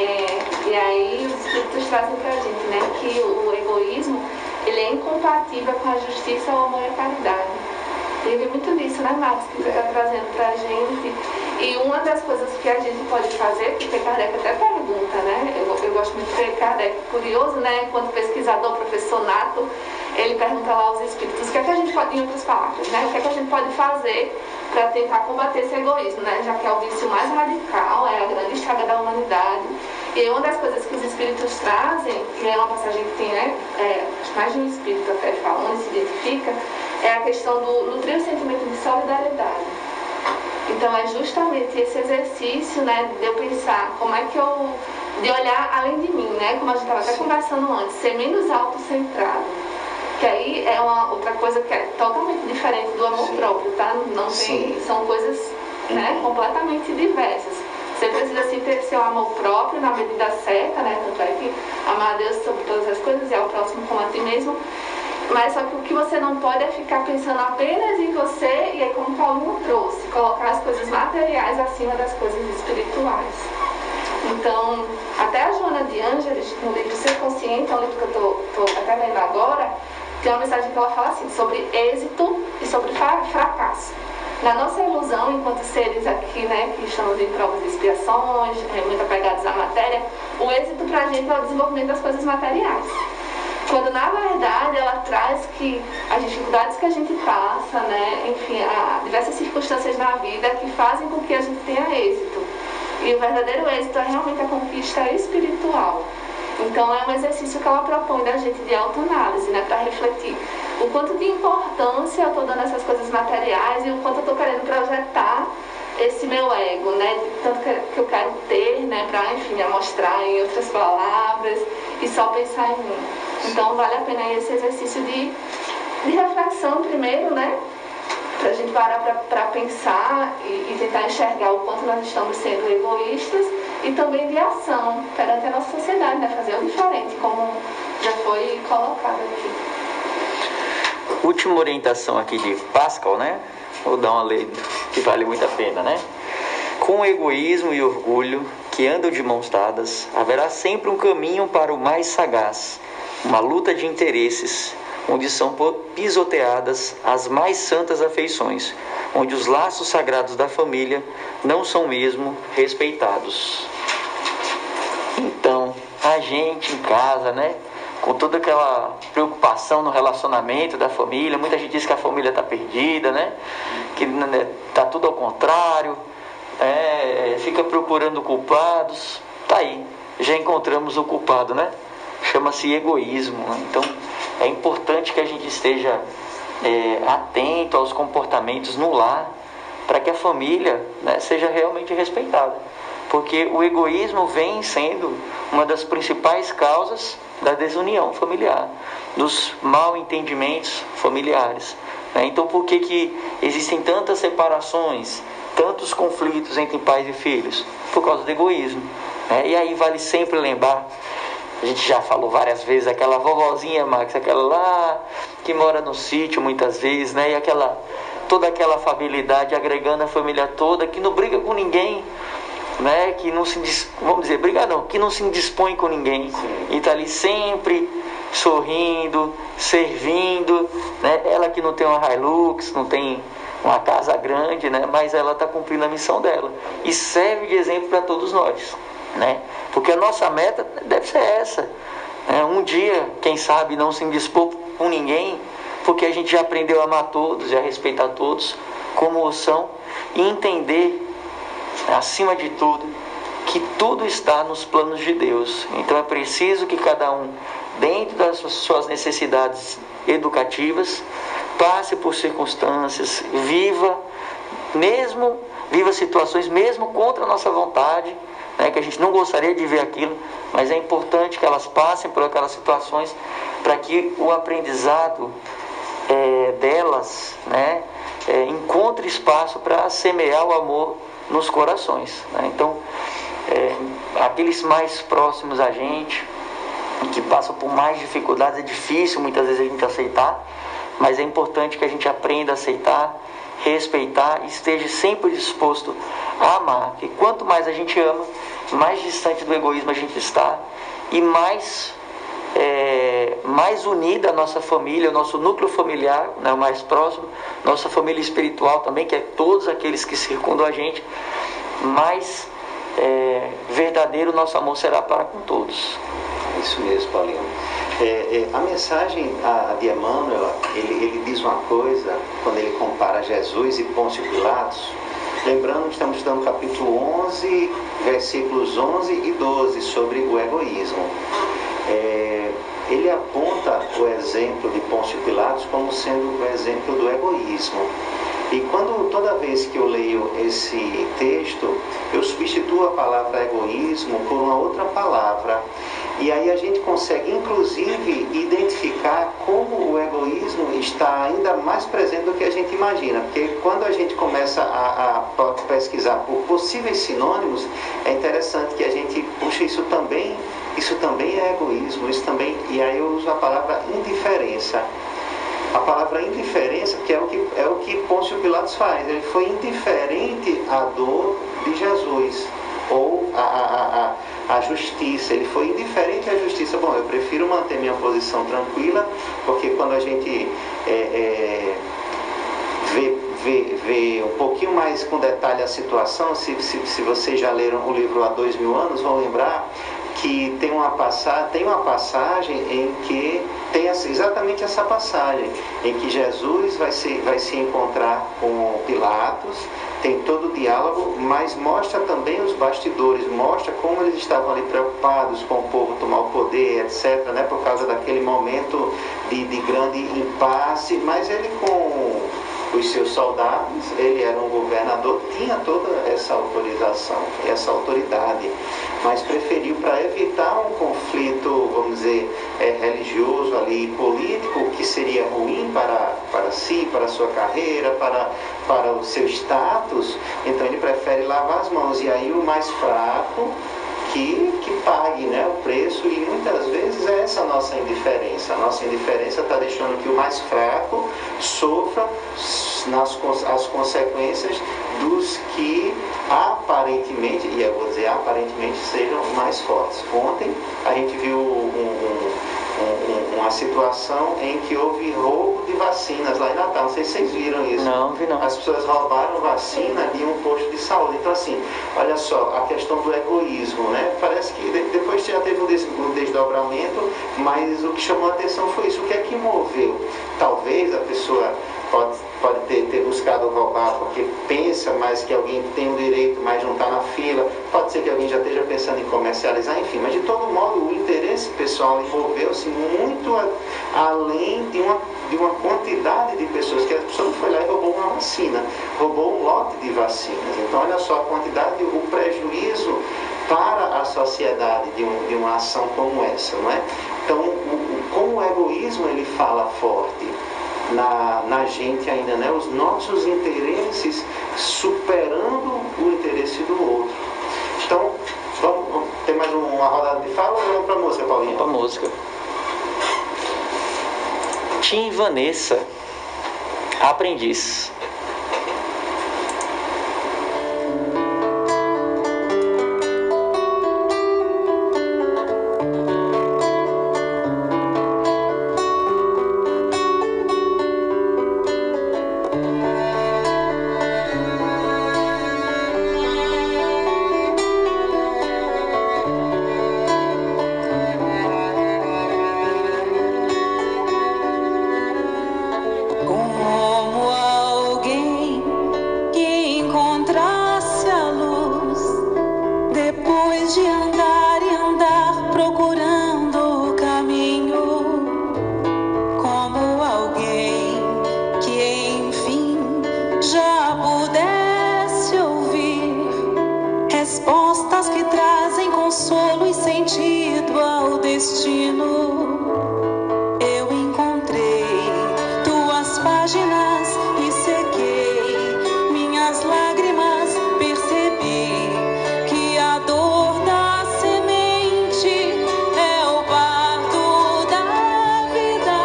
e aí os espíritos trazem para a gente, né, que o egoísmo ele é incompatível com a justiça, o amor e a caridade. Teve muito disso, né, Marcos, que você está trazendo para a gente. E uma das coisas que a gente pode fazer, porque Kardec até pergunta, né, eu gosto muito de ver Kardec curioso, né, enquanto pesquisador, professor nato, ele pergunta lá aos espíritos o que é que a gente pode, em outras palavras, né, o que é que a gente pode fazer para tentar combater esse egoísmo, né, já que é o vício mais radical, é a grande estraga da humanidade. E uma das coisas que os espíritos trazem, que é uma passagem que tem, né, acho que mais de um espírito até falando e se identifica, é a questão do nutrir o sentimento de solidariedade. Então é justamente esse exercício, né, de eu pensar como é que de olhar além de mim, né, como a gente estava até conversando antes, ser menos autocentrado. Que aí é uma outra coisa que é totalmente diferente do amor próprio, tá? Não tem, são coisas, né, completamente diversas. Você precisa sim ter seu amor próprio na medida certa, né? Tanto é que amar a Deus sobre todas as coisas e ao próximo como a ti mesmo. Mas só que o que você não pode é ficar pensando apenas em você, e aí como o Paulinho trouxe, colocar as coisas materiais acima das coisas espirituais. Então, até a Joana de Ângeles, no livro Ser Consciente, é um livro que eu estou até lendo agora, tem uma mensagem que ela fala assim, sobre êxito e sobre fracasso. Na nossa ilusão, enquanto seres aqui, né, que estamos em provas e expiações, muito apegados à matéria, o êxito para a gente é o desenvolvimento das coisas materiais. Quando, na verdade, ela traz que as dificuldades que a gente passa, né, enfim, diversas circunstâncias na vida que fazem com que a gente tenha êxito. E o verdadeiro êxito é realmente a conquista espiritual. Então é um exercício que ela propõe da gente de autoanálise, né, para refletir o quanto de importância eu estou dando a essas coisas materiais e o quanto eu estou querendo projetar esse meu ego, né, tanto que eu quero ter, né, para, enfim, mostrar em outras palavras e só pensar em mim. Então vale a pena esse exercício de reflexão primeiro, né, para a gente parar para pensar e tentar enxergar o quanto nós estamos sendo egoístas, e também de ação perante a nossa sociedade, né? Fazer o diferente, como já foi colocado aqui.
Última orientação aqui de Pascal, né? Vou dar uma lei que vale muito a pena, né? Com egoísmo e orgulho que andam de mãos dadas, haverá sempre um caminho para o mais sagaz, uma luta de interesses, onde são pisoteadas as mais santas afeições, onde os laços sagrados da família não são mesmo respeitados. Então, a gente em casa, né, com toda aquela preocupação no relacionamento da família, muita gente diz que a família está perdida, né, que está tudo ao contrário, fica procurando culpados. Tá aí, já encontramos o culpado, né? Chama-se egoísmo, né? Então, é importante que a gente esteja atento aos comportamentos no lar, para que a família, né, seja realmente respeitada. Porque o egoísmo vem sendo uma das principais causas da desunião familiar, dos mal entendimentos familiares, né? Então, por que existem tantas separações, tantos conflitos entre pais e filhos? Por causa do egoísmo, né? E aí vale sempre lembrar, a gente já falou várias vezes, aquela vovozinha, Max, aquela lá que mora no sítio muitas vezes, né? E toda aquela afabilidade, agregando a família toda, que não briga com ninguém, né? Que não se que não se indispõe com ninguém. Sim. E está ali sempre sorrindo, servindo, né? Ela que não tem uma Hilux, não tem uma casa grande, né? Mas ela está cumprindo a missão dela e serve de exemplo para todos nós, né? Porque a nossa meta deve ser essa, né? Um dia, quem sabe, não se indispor com ninguém, porque a gente já aprendeu a amar todos e a respeitar todos como são, e entender, acima de tudo, que tudo está nos planos de Deus. Então é preciso que cada um, dentro das suas necessidades educativas, passe por circunstâncias, viva situações mesmo contra a nossa vontade, né, que a gente não gostaria de ver aquilo, mas é importante que elas passem por aquelas situações para que o aprendizado delas, né, encontre espaço para semear o amor nos corações, né? Então, aqueles mais próximos a gente, que passam por mais dificuldades, é difícil muitas vezes a gente aceitar, mas é importante que a gente aprenda a aceitar, respeitar e esteja sempre disposto a amar. Porque quanto mais a gente ama, mais distante do egoísmo a gente está e mais unida a nossa família, o nosso núcleo familiar, né, o mais próximo, nossa família espiritual também, que é todos aqueles que circundam a gente, mais verdadeiro o nosso amor será para com todos.
Isso mesmo, Paulinho. A mensagem de Emmanuel, ele diz uma coisa, quando ele compara Jesus e Pôncio Pilatos. Lembrando que estamos estudando capítulo 11, versículos 11 e 12, sobre o egoísmo. Ele aponta o exemplo de Pôncio Pilatos como sendo o exemplo do egoísmo. E toda vez que eu leio esse texto, eu substituo a palavra egoísmo por uma outra palavra. E aí a gente consegue, inclusive, identificar como o egoísmo está ainda mais presente do que a gente imagina. Porque quando a gente começa a pesquisar por possíveis sinônimos, é interessante que a gente puxa isso também é egoísmo, isso também. E aí eu uso a palavra indiferença. A palavra indiferença, que é o que Pôncio Pilatos faz. Ele foi indiferente à dor de Jesus, ou à justiça. Ele foi indiferente à justiça. Bom, eu prefiro manter minha posição tranquila, porque quando a gente vê um pouquinho mais com detalhe a situação, se vocês já leram o livro há 2000 anos, vão lembrar que tem uma passagem em que tem exatamente essa passagem, em que Jesus vai se encontrar com Pilatos, tem todo o diálogo, mas mostra também os bastidores, mostra como eles estavam ali preocupados com o povo tomar o poder, etc., né, por causa daquele momento de grande impasse, mas ele com os seus soldados, ele era um governador, tinha toda essa autorização, essa autoridade, mas preferiu, para evitar um conflito, vamos dizer, religioso ali, político, que seria ruim para si, para a sua carreira, para o seu status, então ele prefere lavar as mãos, e aí o mais fraco que pague, né, o preço, e muitas vezes é essa a nossa indiferença. A nossa indiferença está deixando que o mais fraco sofra as consequências dos que aparentemente, e eu vou dizer aparentemente, sejam mais fortes. Ontem a gente viu uma situação em que houve roubo de vacinas lá em Natal. Não sei se vocês viram isso.
Não, vi não.
As pessoas roubaram vacina de um posto de saúde. Então, assim, olha só, a questão do egoísmo, né? Parece que depois já teve um desdobramento, mas o que chamou a atenção foi isso. O que é que moveu? Talvez a pessoa pode ter buscado roubar porque pensa mais que alguém tem o direito, mas não está na fila. Pode ser que alguém já esteja pensando em comercializar, enfim. Mas, de todo modo, o interesse pessoal envolveu-se muito além de uma quantidade de pessoas, que a pessoa foi lá e roubou uma vacina, roubou um lote de vacinas. Então, olha só a quantidade, o prejuízo para a sociedade de uma ação como essa, não é? Então, como o egoísmo ele fala forte na gente ainda, né? Os nossos interesses superando o interesse do outro. Então, vamos ter mais uma rodada de fala ou vamos para a música, Paulinho?
Para a música. Tim Vanessa, Aprendiz.
Como alguém que encontrasse a luz depois de andar e andar procurando o caminho. Como alguém que enfim já pudesse ouvir respostas que trazem consolo e sentido ao destino. Eu encontrei tuas páginas e sequei minhas lágrimas, percebi que a dor da semente é o parto da vida.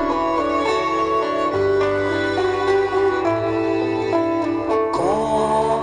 Com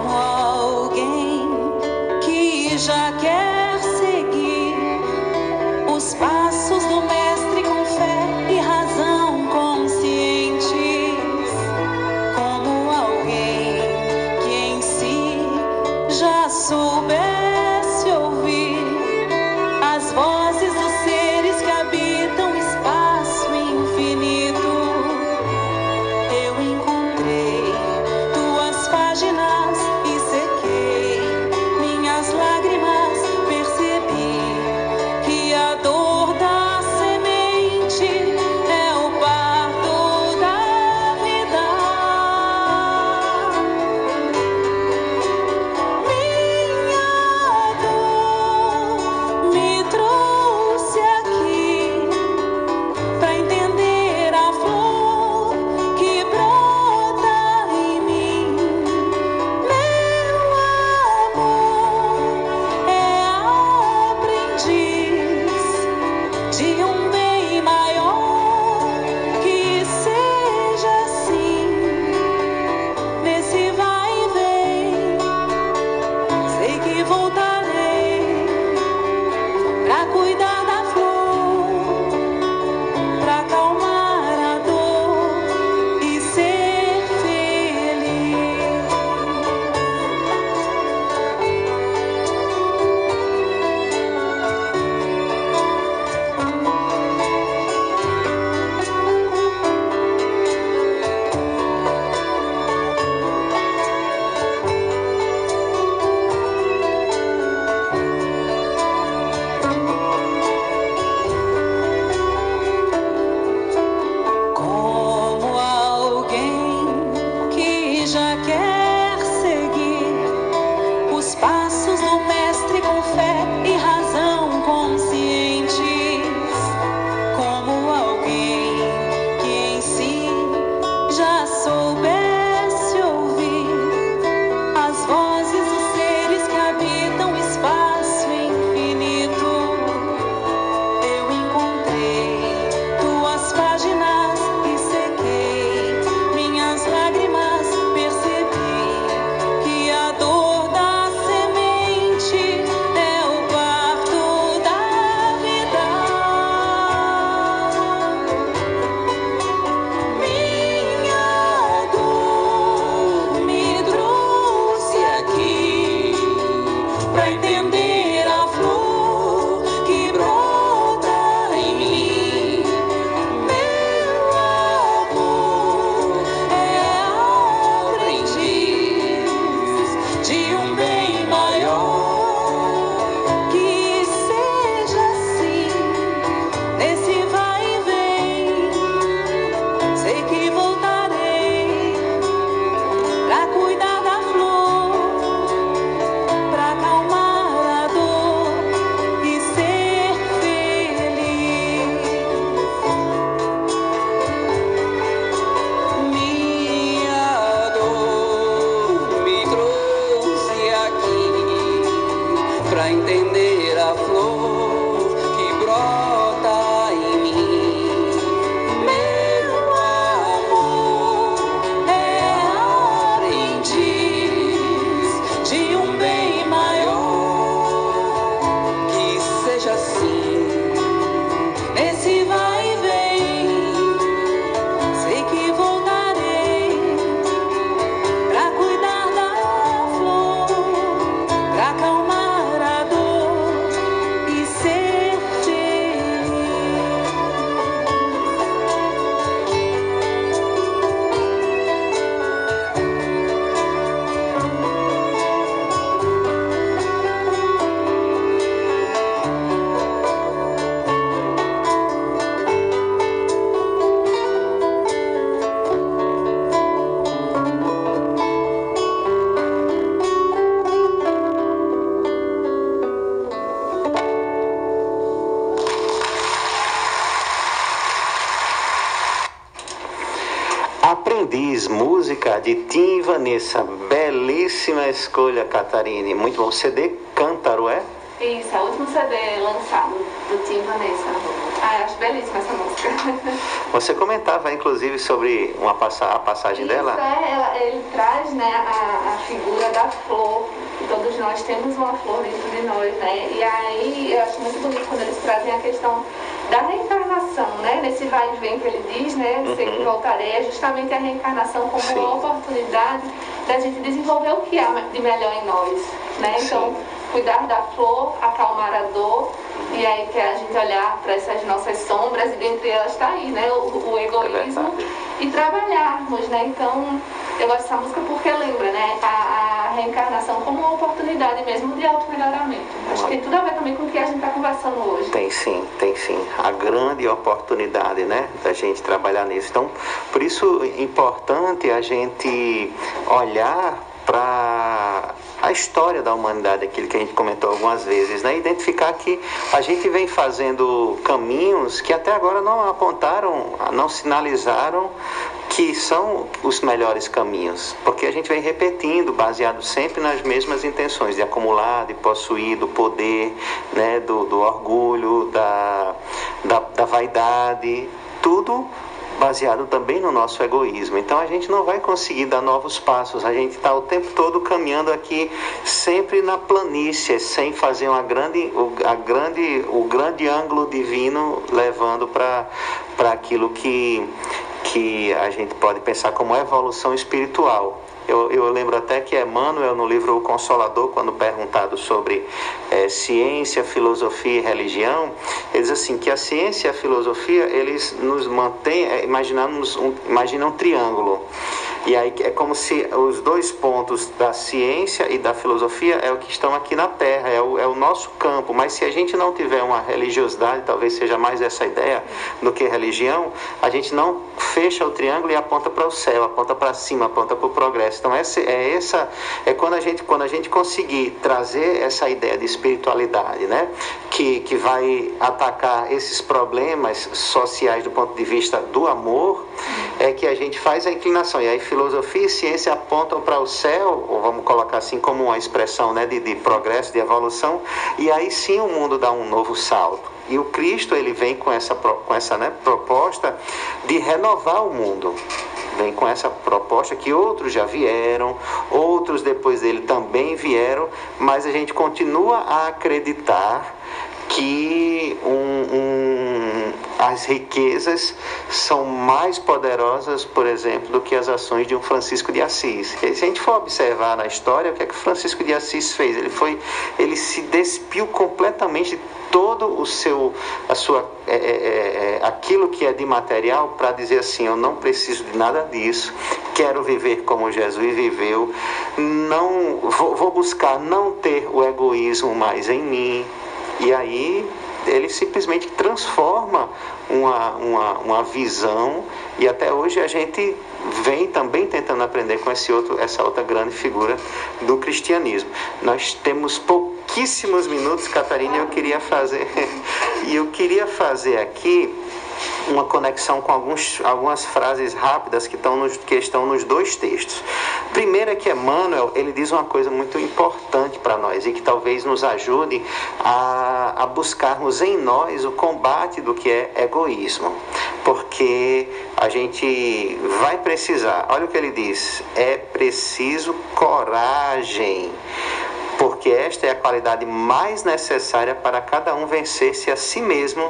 Aprendiz, música de Tim e Vanessa. Belíssima escolha, Catarine. Muito bom. CD Cântaro, é?
Isso, é o último CD lançado do Tim e Vanessa. Ah, eu acho belíssima essa música.
Você comentava, inclusive, sobre a passagem
Isso,
dela?
Ele traz, né, a figura da flor. E todos nós temos uma flor dentro de nós, né? E aí eu acho muito bonito quando eles trazem a questão da reencarnação, né? Nesse vai e vem que ele diz, né? Sei que voltarei, é justamente a reencarnação como uma oportunidade da gente desenvolver o que há de melhor em nós, né? Então, cuidar da flor, acalmar a dor, e aí que a gente olhar para essas nossas sombras, e dentre elas está aí, né? O egoísmo, e trabalharmos, né? Então, eu gosto dessa música porque lembra, né? A reencarnação como uma oportunidade mesmo de auto-melhoramento. Acho que tem tudo a ver também com o que a gente está conversando hoje.
Tem sim. A grande oportunidade, né, da gente trabalhar nisso. Então, por isso é importante a gente olhar para a história da humanidade, aquilo que a gente comentou algumas vezes, né? Identificar que a gente vem fazendo caminhos que até agora não apontaram, não sinalizaram que são os melhores caminhos, porque a gente vem repetindo, baseado sempre nas mesmas intenções, de acumular, de possuir, do poder, né? do orgulho, da vaidade, tudo baseado também no nosso egoísmo. Então a gente não vai conseguir dar novos passos, a gente está o tempo todo caminhando aqui sempre na planície, sem fazer o grande ângulo divino, levando para aquilo que a gente pode pensar como evolução espiritual. Eu lembro até que Emmanuel, no livro O Consolador, quando perguntado sobre ciência, filosofia e religião, ele diz assim, que a ciência e a filosofia, eles nos mantêm, imaginam um triângulo. E aí é como se os dois pontos da ciência e da filosofia é o que estão aqui na Terra, é o nosso campo. Mas se a gente não tiver uma religiosidade, talvez seja mais essa ideia do que religião, a gente não fecha o triângulo e aponta para o céu, aponta para cima, aponta para o progresso. Então quando a gente conseguir trazer essa ideia de espiritualidade, né, que vai atacar esses problemas sociais do ponto de vista do amor, é que a gente faz a inclinação. E aí filosofia e ciência apontam para o céu, ou vamos colocar assim como uma expressão, né, de progresso, de evolução, e aí sim o mundo dá um novo salto. E o Cristo, ele vem com essa né, proposta de renovar o mundo. Vem com essa proposta que outros já vieram, outros depois dele também vieram, mas a gente continua a acreditar que as riquezas são mais poderosas, por exemplo, do que as ações de um Francisco de Assis. E se a gente for observar na história, o que é que Francisco de Assis fez? Ele se despiu completamente de todo aquilo que é de material, para dizer assim, eu não preciso de nada disso, quero viver como Jesus viveu, não vou buscar não ter o egoísmo mais em mim. E aí ele simplesmente transforma uma visão, e até hoje a gente vem também tentando aprender com essa outra grande figura do cristianismo. Nós temos pouquíssimos minutos, Catarina, eu queria fazer aqui uma conexão com algumas frases rápidas que estão nos dois textos. Primeiro é que Emmanuel, ele diz uma coisa muito importante para nós e que talvez nos ajude a buscarmos em nós o combate do que é egoísmo, porque a gente vai precisar, olha o que ele diz, é preciso coragem, porque esta é a qualidade mais necessária para cada um vencer-se a si mesmo.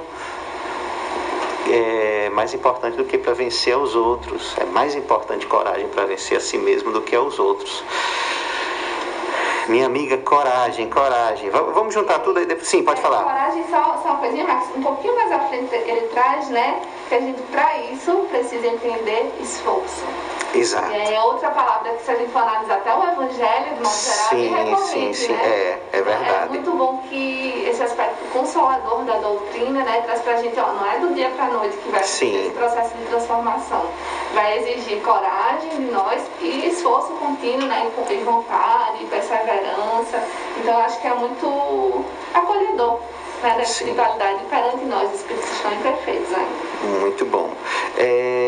É mais importante do que para vencer aos outros. É mais importante coragem para vencer a si mesmo do que aos outros. Minha amiga, coragem. Vamos juntar tudo aí depois. Sim, pode falar.
Coragem, só uma coisinha, Max. Um pouquinho mais à frente ele traz, né, que a gente, para isso, precisa entender esforço.
Exato.
E é outra palavra que, se a gente for analisar até o Evangelho, de modo geral, é recorrente,
sim,
né?
é verdade.
É muito bom que esse aspecto consolador da doutrina, né, traz pra gente, não é do dia pra noite que vai acontecer esse processo de transformação. Vai exigir coragem de nós e esforço contínuo, né, e vontade, perseverança. Então, eu acho que é muito acolhedor, né, da espiritualidade perante nós, os espíritos estão imperfeitos ainda.
Muito bom. No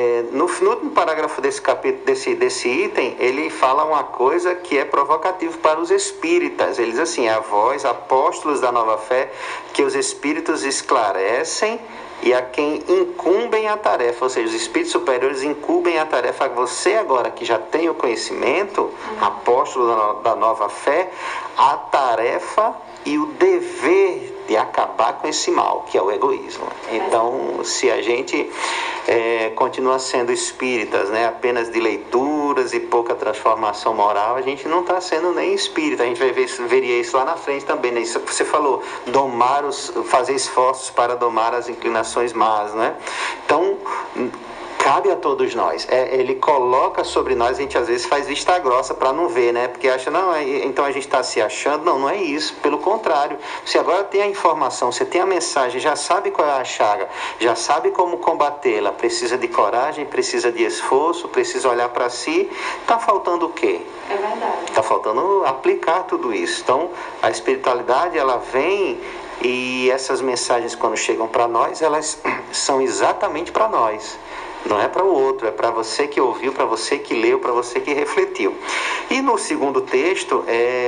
último parágrafo desse capítulo, desse item, ele fala uma coisa que é provocativa para os espíritas. Ele diz assim: a vós, apóstolos da nova fé, que os espíritos esclarecem e a quem incumbem a tarefa, ou seja, os espíritos superiores incumbem a tarefa a você agora que já tem o conhecimento, apóstolo da nova fé, a tarefa e o dever de acabar com esse mal, que é o egoísmo. Então, se a gente continua sendo espíritas, né, apenas de leituras e pouca transformação moral, a gente não está sendo nem espírita. A gente veria isso lá na frente também, né? Isso você falou, fazer esforços para domar as inclinações más, né? Então, cabe a todos nós. Ele coloca sobre nós, a gente às vezes faz vista grossa para não ver, né? Porque acha, não, então a gente está se achando. Não, não é isso. Pelo contrário, você agora tem a informação, você tem a mensagem, já sabe qual é a chaga, já sabe como combatê-la. Precisa de coragem, precisa de esforço, precisa olhar para si. Está faltando o quê?
É verdade.
Está faltando aplicar tudo isso. Então, a espiritualidade, ela vem, e essas mensagens, quando chegam para nós, elas são exatamente para nós. Não é para o outro, é para você que ouviu, para você que leu, para você que refletiu. E no segundo texto,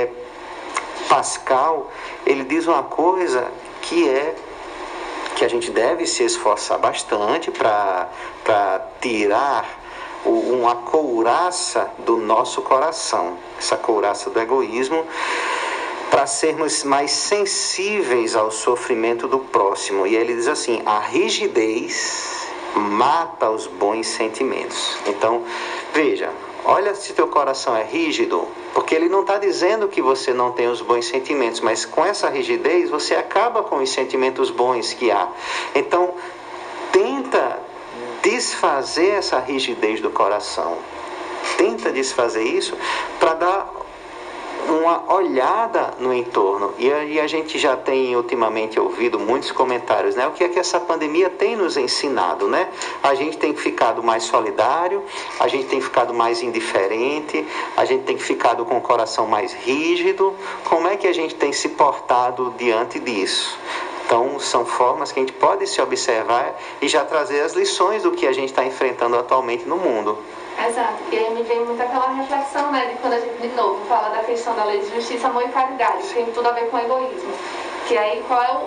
Pascal, ele diz uma coisa que a gente deve se esforçar bastante para tirar uma couraça do nosso coração, essa couraça do egoísmo, para sermos mais sensíveis ao sofrimento do próximo. E ele diz assim: a rigidez mata os bons sentimentos. Então, veja, olha se teu coração é rígido, porque ele não está dizendo que você não tem os bons sentimentos, mas com essa rigidez você acaba com os sentimentos bons que há. Então, tenta desfazer essa rigidez do coração. Tenta desfazer isso para dar uma olhada no entorno. E a gente já tem ultimamente ouvido muitos comentários, né? O que é que essa pandemia tem nos ensinado, né? A gente tem ficado mais solidário, a gente tem ficado mais indiferente, a gente tem ficado com o coração mais rígido. Como é que a gente tem se portado diante disso? Então, são formas que a gente pode se observar e já trazer as lições do que a gente está enfrentando atualmente no mundo.
Exato. E aí me vem muito aquela reflexão, né, de quando a gente, de novo, fala da questão da lei de justiça, amor e caridade, que tem tudo a ver com egoísmo. Que aí, qual é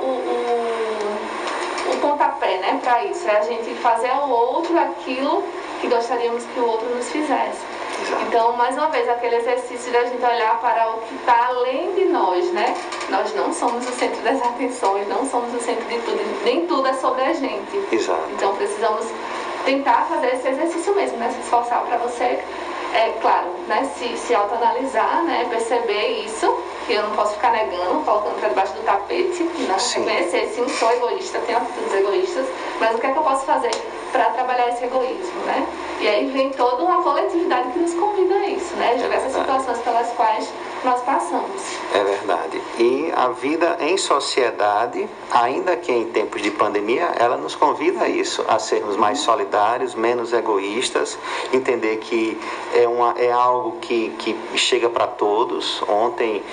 o pontapé, né, para isso? É a gente fazer ao outro aquilo que gostaríamos que o outro nos fizesse. Exato. Então, mais uma vez, aquele exercício da gente olhar para o que está além de nós, né? Nós não somos o centro das atenções, não somos o centro de tudo, nem tudo é sobre a gente.
Exato.
Então, precisamos tentar fazer esse exercício mesmo, né? Se esforçar para você, claro, né? Se autoanalisar, né? Perceber isso, que eu não posso ficar negando, colocando para debaixo do tapete, não reconhecer, sim, sou egoísta, tenho atitudes egoístas, mas o que é que eu posso fazer para trabalhar esse egoísmo, né? E aí vem toda uma coletividade que nos convida a isso, né? Diversas situações pelas quais nós passamos.
É verdade. E a vida em sociedade, ainda que em tempos de pandemia, ela nos convida a isso, a sermos mais solidários, menos egoístas, entender que é algo que chega para todos. Ontem,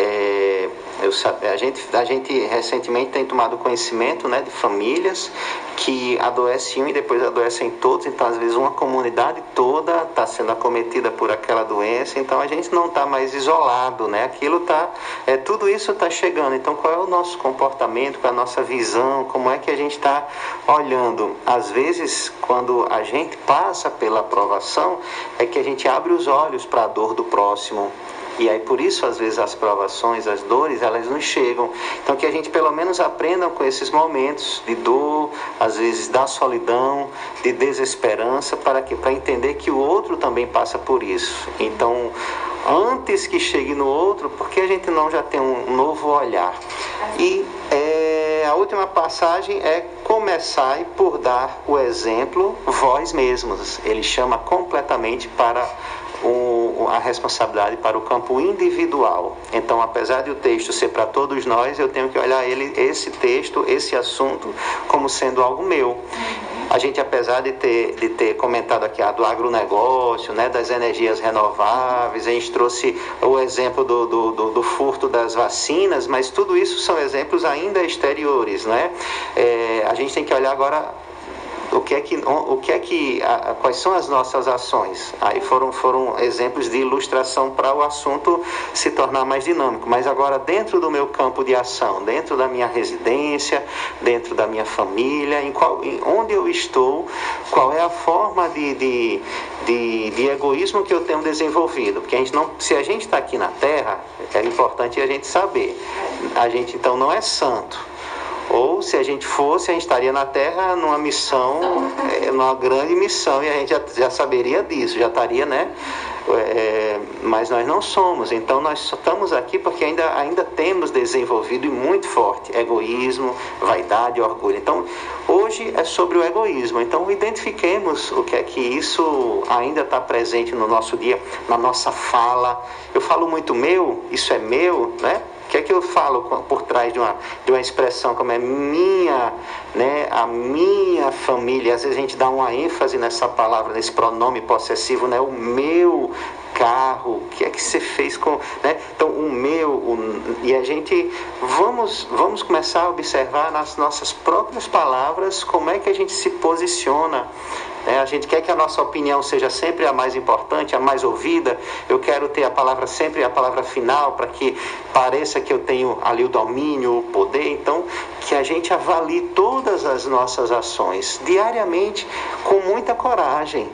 a gente recentemente tem tomado conhecimento, né, de famílias que adoecem e depois adoecem todos. Então, às vezes, uma comunidade toda está sendo acometida por aquela doença. Então, a gente não está mais isolado, né? Tudo isso está chegando. Então, qual é o nosso comportamento, qual é a nossa visão, como é que a gente está olhando? Às vezes, quando a gente passa pela provação, é que a gente abre os olhos para a dor do próximo. E aí, por isso, às vezes, as provações, as dores, elas nos chegam. Então, que a gente, pelo menos, aprenda com esses momentos de dor, às vezes, da solidão, de desesperança, para entender que o outro também passa por isso. Então, antes que chegue no outro, porque a gente não já tem um novo olhar. E a última passagem é: começai por dar o exemplo vós mesmos. Ele chama completamente para a responsabilidade para o campo individual. Então, apesar de o texto ser para todos nós, eu tenho que olhar esse texto, esse assunto, como sendo algo meu. A gente, apesar de ter comentado aqui do agronegócio, né, das energias renováveis, a gente trouxe o exemplo do furto das vacinas, mas tudo isso são exemplos ainda exteriores, né? A gente tem que olhar agora o que é que quais são as nossas ações. Aí foram exemplos de ilustração para o assunto se tornar mais dinâmico. Mas agora, dentro do meu campo de ação, dentro da minha residência, dentro da minha família, onde eu estou, qual é a forma de egoísmo que eu tenho desenvolvido? Porque se a gente está aqui na Terra, é importante a gente saber. A gente então não é santo. Ou se a gente fosse, a gente estaria na Terra numa missão, numa grande missão, e a gente já saberia disso, já estaria, né? Mas nós não somos. Então nós só estamos aqui porque ainda temos desenvolvido, e muito forte, egoísmo, vaidade, orgulho. Então hoje é sobre o egoísmo. Então identifiquemos o que é que isso ainda está presente no nosso dia, na nossa fala. Eu falo muito meu, isso é meu, né? O que é que eu falo por trás de uma expressão como é minha, né? A minha família? Às vezes a gente dá uma ênfase nessa palavra, nesse pronome possessivo, né? O meu carro, o que é que você fez com, né? Então o meu, e a gente vamos começar a observar nas nossas próprias palavras como é que a gente se posiciona. A gente quer que a nossa opinião seja sempre a mais importante, a mais ouvida. Eu quero ter a palavra sempre, a palavra final, para que pareça que eu tenho ali o domínio, o poder. Então, que a gente avalie todas as nossas ações diariamente com muita coragem,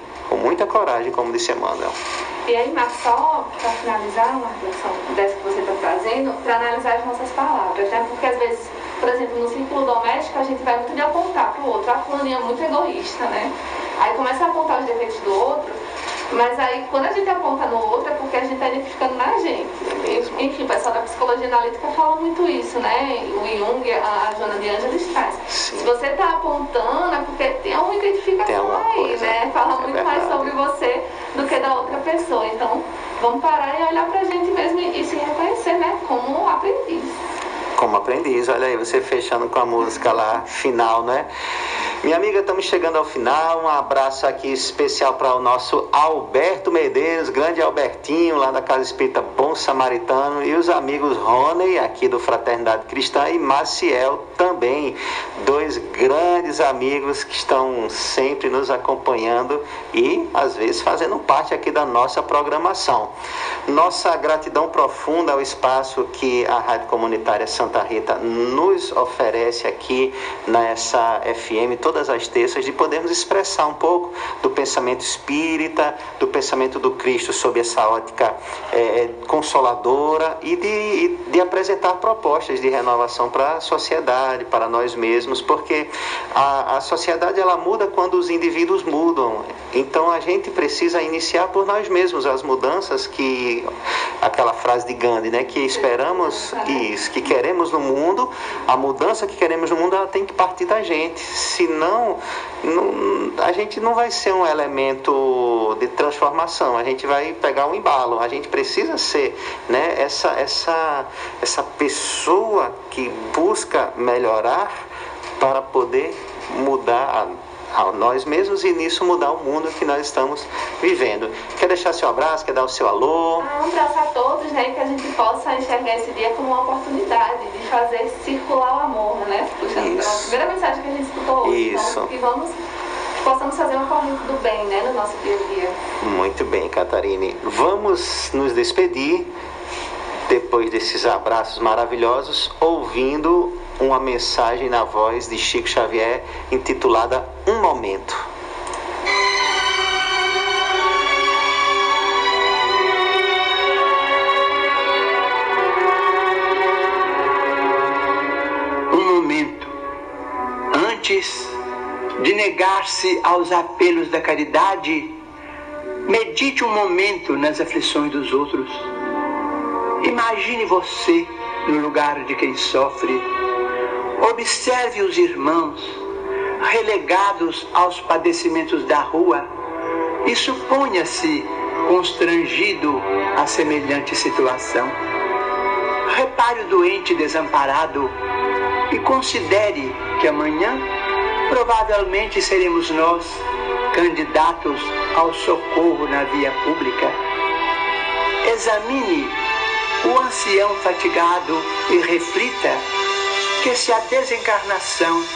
como disse Emmanuel.
E aí, Marcos, só para finalizar uma reflexão dessa que você está trazendo, para analisar as nossas palavras, né? Porque às vezes, por exemplo, no círculo doméstico, a gente vai muito de apontar para o outro. A fulaninha é muito egoísta, né? Aí começa a apontar os defeitos do outro, mas aí quando a gente aponta no outro é porque a gente está identificando na gente. Enfim, o pessoal da psicologia analítica fala muito isso, né? O Jung, a Joana de Ângeles traz. Se você está apontando é porque tem uma identificação aí, né? Fala muito mais sobre você do que da outra pessoa. Então, vamos parar e olhar pra gente mesmo e se reconhecer, né? Como aprendiz.
Como aprendiz, olha aí, você fechando com a música lá, final, né? Minha amiga, estamos chegando ao final. Um abraço aqui especial para o nosso Alberto Medeiros, grande Albertinho, lá da Casa Espírita Bom Samaritano, e os amigos Rony, aqui do Fraternidade Cristã, e Maciel também, dois grandes amigos que estão sempre nos acompanhando e, às vezes, fazendo parte aqui da nossa programação. Nossa gratidão profunda ao espaço que a Rádio Comunitária Santa Rita nos oferece aqui nessa FM, todas as terças, de podermos expressar um pouco do pensamento espírita, do pensamento do Cristo sob essa ótica consoladora, e de apresentar propostas de renovação para a sociedade, para nós mesmos, porque a sociedade ela muda quando os indivíduos mudam. Então a gente precisa iniciar por nós mesmos as mudanças que, aquela frase de Gandhi, né, que esperamos isso, que queremos no mundo, a mudança que queremos no mundo, ela tem que partir da gente. Senão, a gente não vai ser um elemento de transformação, a gente vai pegar um embalo. A gente precisa ser, né, essa pessoa que busca melhorar para poder mudar a nós mesmos e nisso mudar o mundo que nós estamos vivendo. Quer deixar seu abraço? Quer dar o seu alô?
Um abraço a todos, né? Que a gente possa enxergar esse dia como uma oportunidade de fazer circular o amor, né? Puxando a primeira mensagem que a gente escutou hoje.
Isso.
Então, que possamos fazer uma corrente do bem, né? No nosso dia a dia.
Muito bem, Catarine. Vamos nos despedir depois desses abraços maravilhosos, ouvindo uma mensagem na voz de Chico Xavier intitulada Um Momento.
Um momento. Antes de negar-se aos apelos da caridade, medite um momento nas aflições dos outros. Imagine você no lugar de quem sofre. Observe os irmãos relegados aos padecimentos da rua e suponha-se constrangido a semelhante situação. Repare o doente desamparado e considere que amanhã provavelmente seremos nós candidatos ao socorro na via pública. Examine o ancião fatigado e reflita que se a desencarnação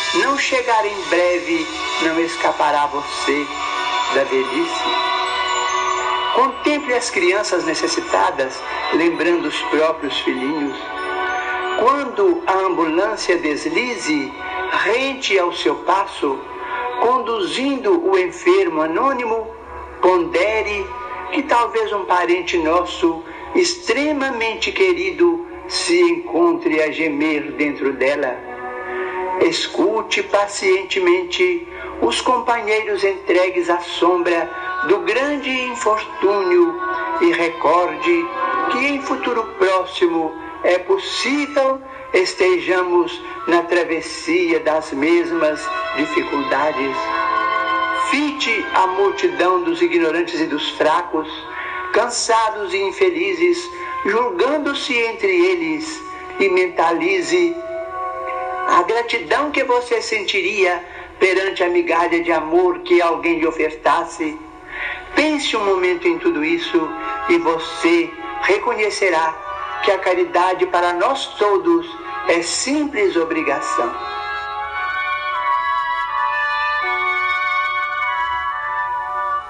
não chegar em breve, não escapará você da velhice. Contemple as crianças necessitadas, lembrando os próprios filhinhos. Quando a ambulância deslize, rente ao seu passo, conduzindo o enfermo anônimo, pondere que talvez um parente nosso, extremamente querido, se encontre a gemer dentro dela. Escute pacientemente os companheiros entregues à sombra do grande infortúnio e recorde que em futuro próximo é possível estejamos na travessia das mesmas dificuldades. Fite a multidão dos ignorantes e dos fracos, cansados e infelizes, julgando-se entre eles, e mentalize a gratidão que você sentiria perante a migalha de amor que alguém lhe ofertasse. Pense um momento em tudo isso e você reconhecerá que a caridade para nós todos é simples obrigação.